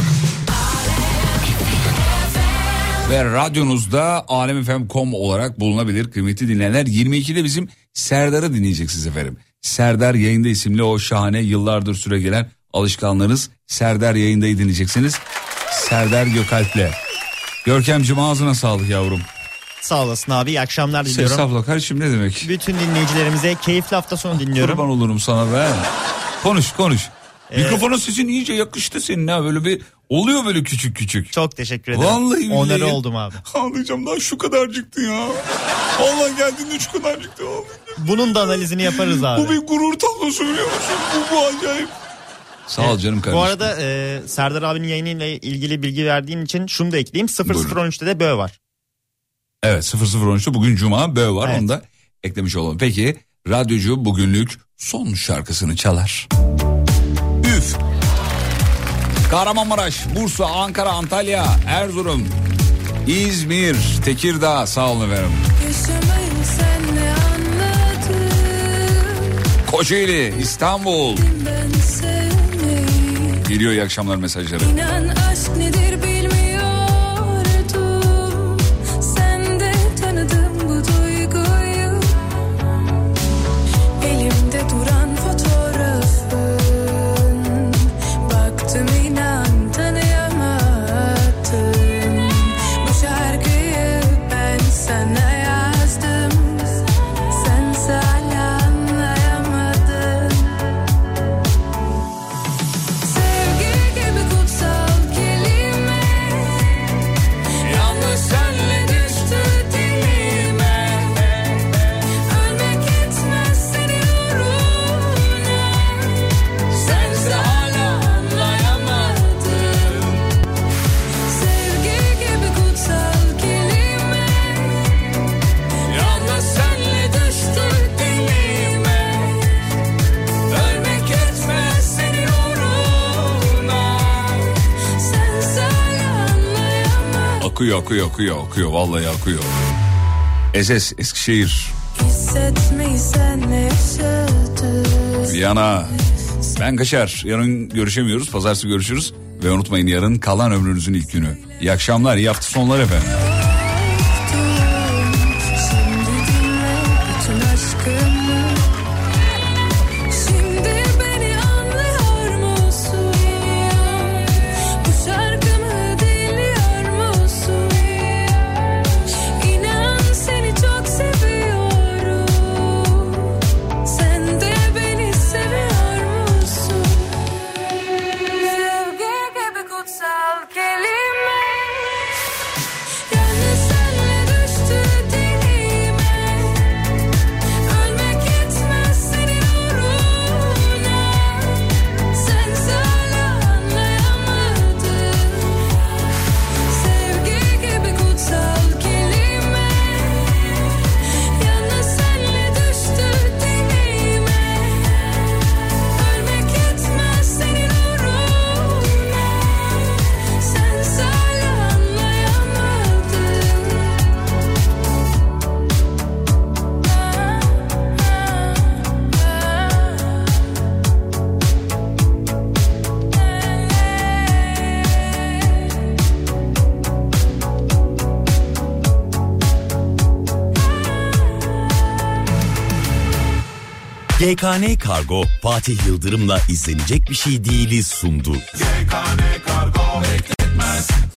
ve radyonuzda alem f m nokta com olarak bulunabilir kıymetli dinleyenler. yirmi ikide bizim Serdar'ı dinleyeceksiniz efendim. Serdar Yayında isimli o şahane yıllardır süre gelen alışkanlığınız Serdar Yayında'yı dinleyeceksiniz. Serdar Gökalp'le. Görkemciğim ağzına sağlık yavrum. Sağ olasın abi, iyi akşamlar diliyorum. Estağfurullah kardeşim, ne demek. Bütün dinleyicilerimize keyifli hafta sonu dinliyorum. Kurban olurum sana be. Konuş konuş. Ee, Mikrofona sesin iyice yakıştı senin ha, böyle bir oluyor böyle küçük küçük. Çok teşekkür ederim. Vallahi onarı oldum abi. Ağlayacağım, daha şu kadarcıktı ya. Allah geldiğinde şu kadarcıktı. Bunun da analizini yaparız abi. Bu bir gurur tablosu biliyor musun? Bu, bu acayip. Sağ ol canım kardeşim. Bu arada e, Serdar abinin yayınıyla ilgili bilgi verdiğin için şunu da ekleyeyim. sıfır sıfır on üçte de Bö var. Evet, sıfır sıfır on üçte bugün Cuma Bö var, evet. Onu da eklemiş olalım. Peki radyocu bugünlük son şarkısını çalar. Üf. Kahramanmaraş, Bursa, Ankara, Antalya, Erzurum, İzmir, Tekirdağ, sağ olun efendim. Kocaeli, İstanbul. Geliyor iyi akşamlar mesajları. İnan aşk nedir bilmiyordum. Sen de tanıdım bu duyguyu. Elimde duran fotoğrafın. Baktım inan tanıyamadım. Bu şarkıyı ben sana yazdım. Sense hala anlayamadın. Sevgi gibi kutsal kelime. Yalnız senle düştü dilime. Ölmek yetmez seni uğruna. Sense hala anlayamadın. Sevgi gibi kutsal kelime. Yalnız senle düştü dilime. Ölmek yetmez seni uğruna. Sense hala anlayamadın. Akıyor akıyor akıyor akıyor vallahi akıyor. S S Eskişehir. Hissetmeyi senle yaşadın. Viyana. Ben kaçar. Yarın görüşemiyoruz. Pazartesi görüşürüz. Ve unutmayın, yarın kalan ömrünüzün ilk günü. İyi akşamlar, iyi hafta sonları efendim. Şimdi dinle bütün aşkımı. Şimdi beni anlıyor musun? Bu şarkımı dinliyor musun? İnan seni çok seviyorum. Sen de beni seviyor musun? Sevgi gibi kutsal kelime. Yalnız senle düştü dilime. Ölmek yetmez senin uğruna. Sense hala anlayamadın. Sevgi gibi kutsal kelime. Yalnız senle düştü dilime. Ölmek yetmez senin uğruna. Sense hala G K N Kargo Fatih Yıldırım'la izlenecek bir şey değiliz sundu. G K N Kargo bekletmez.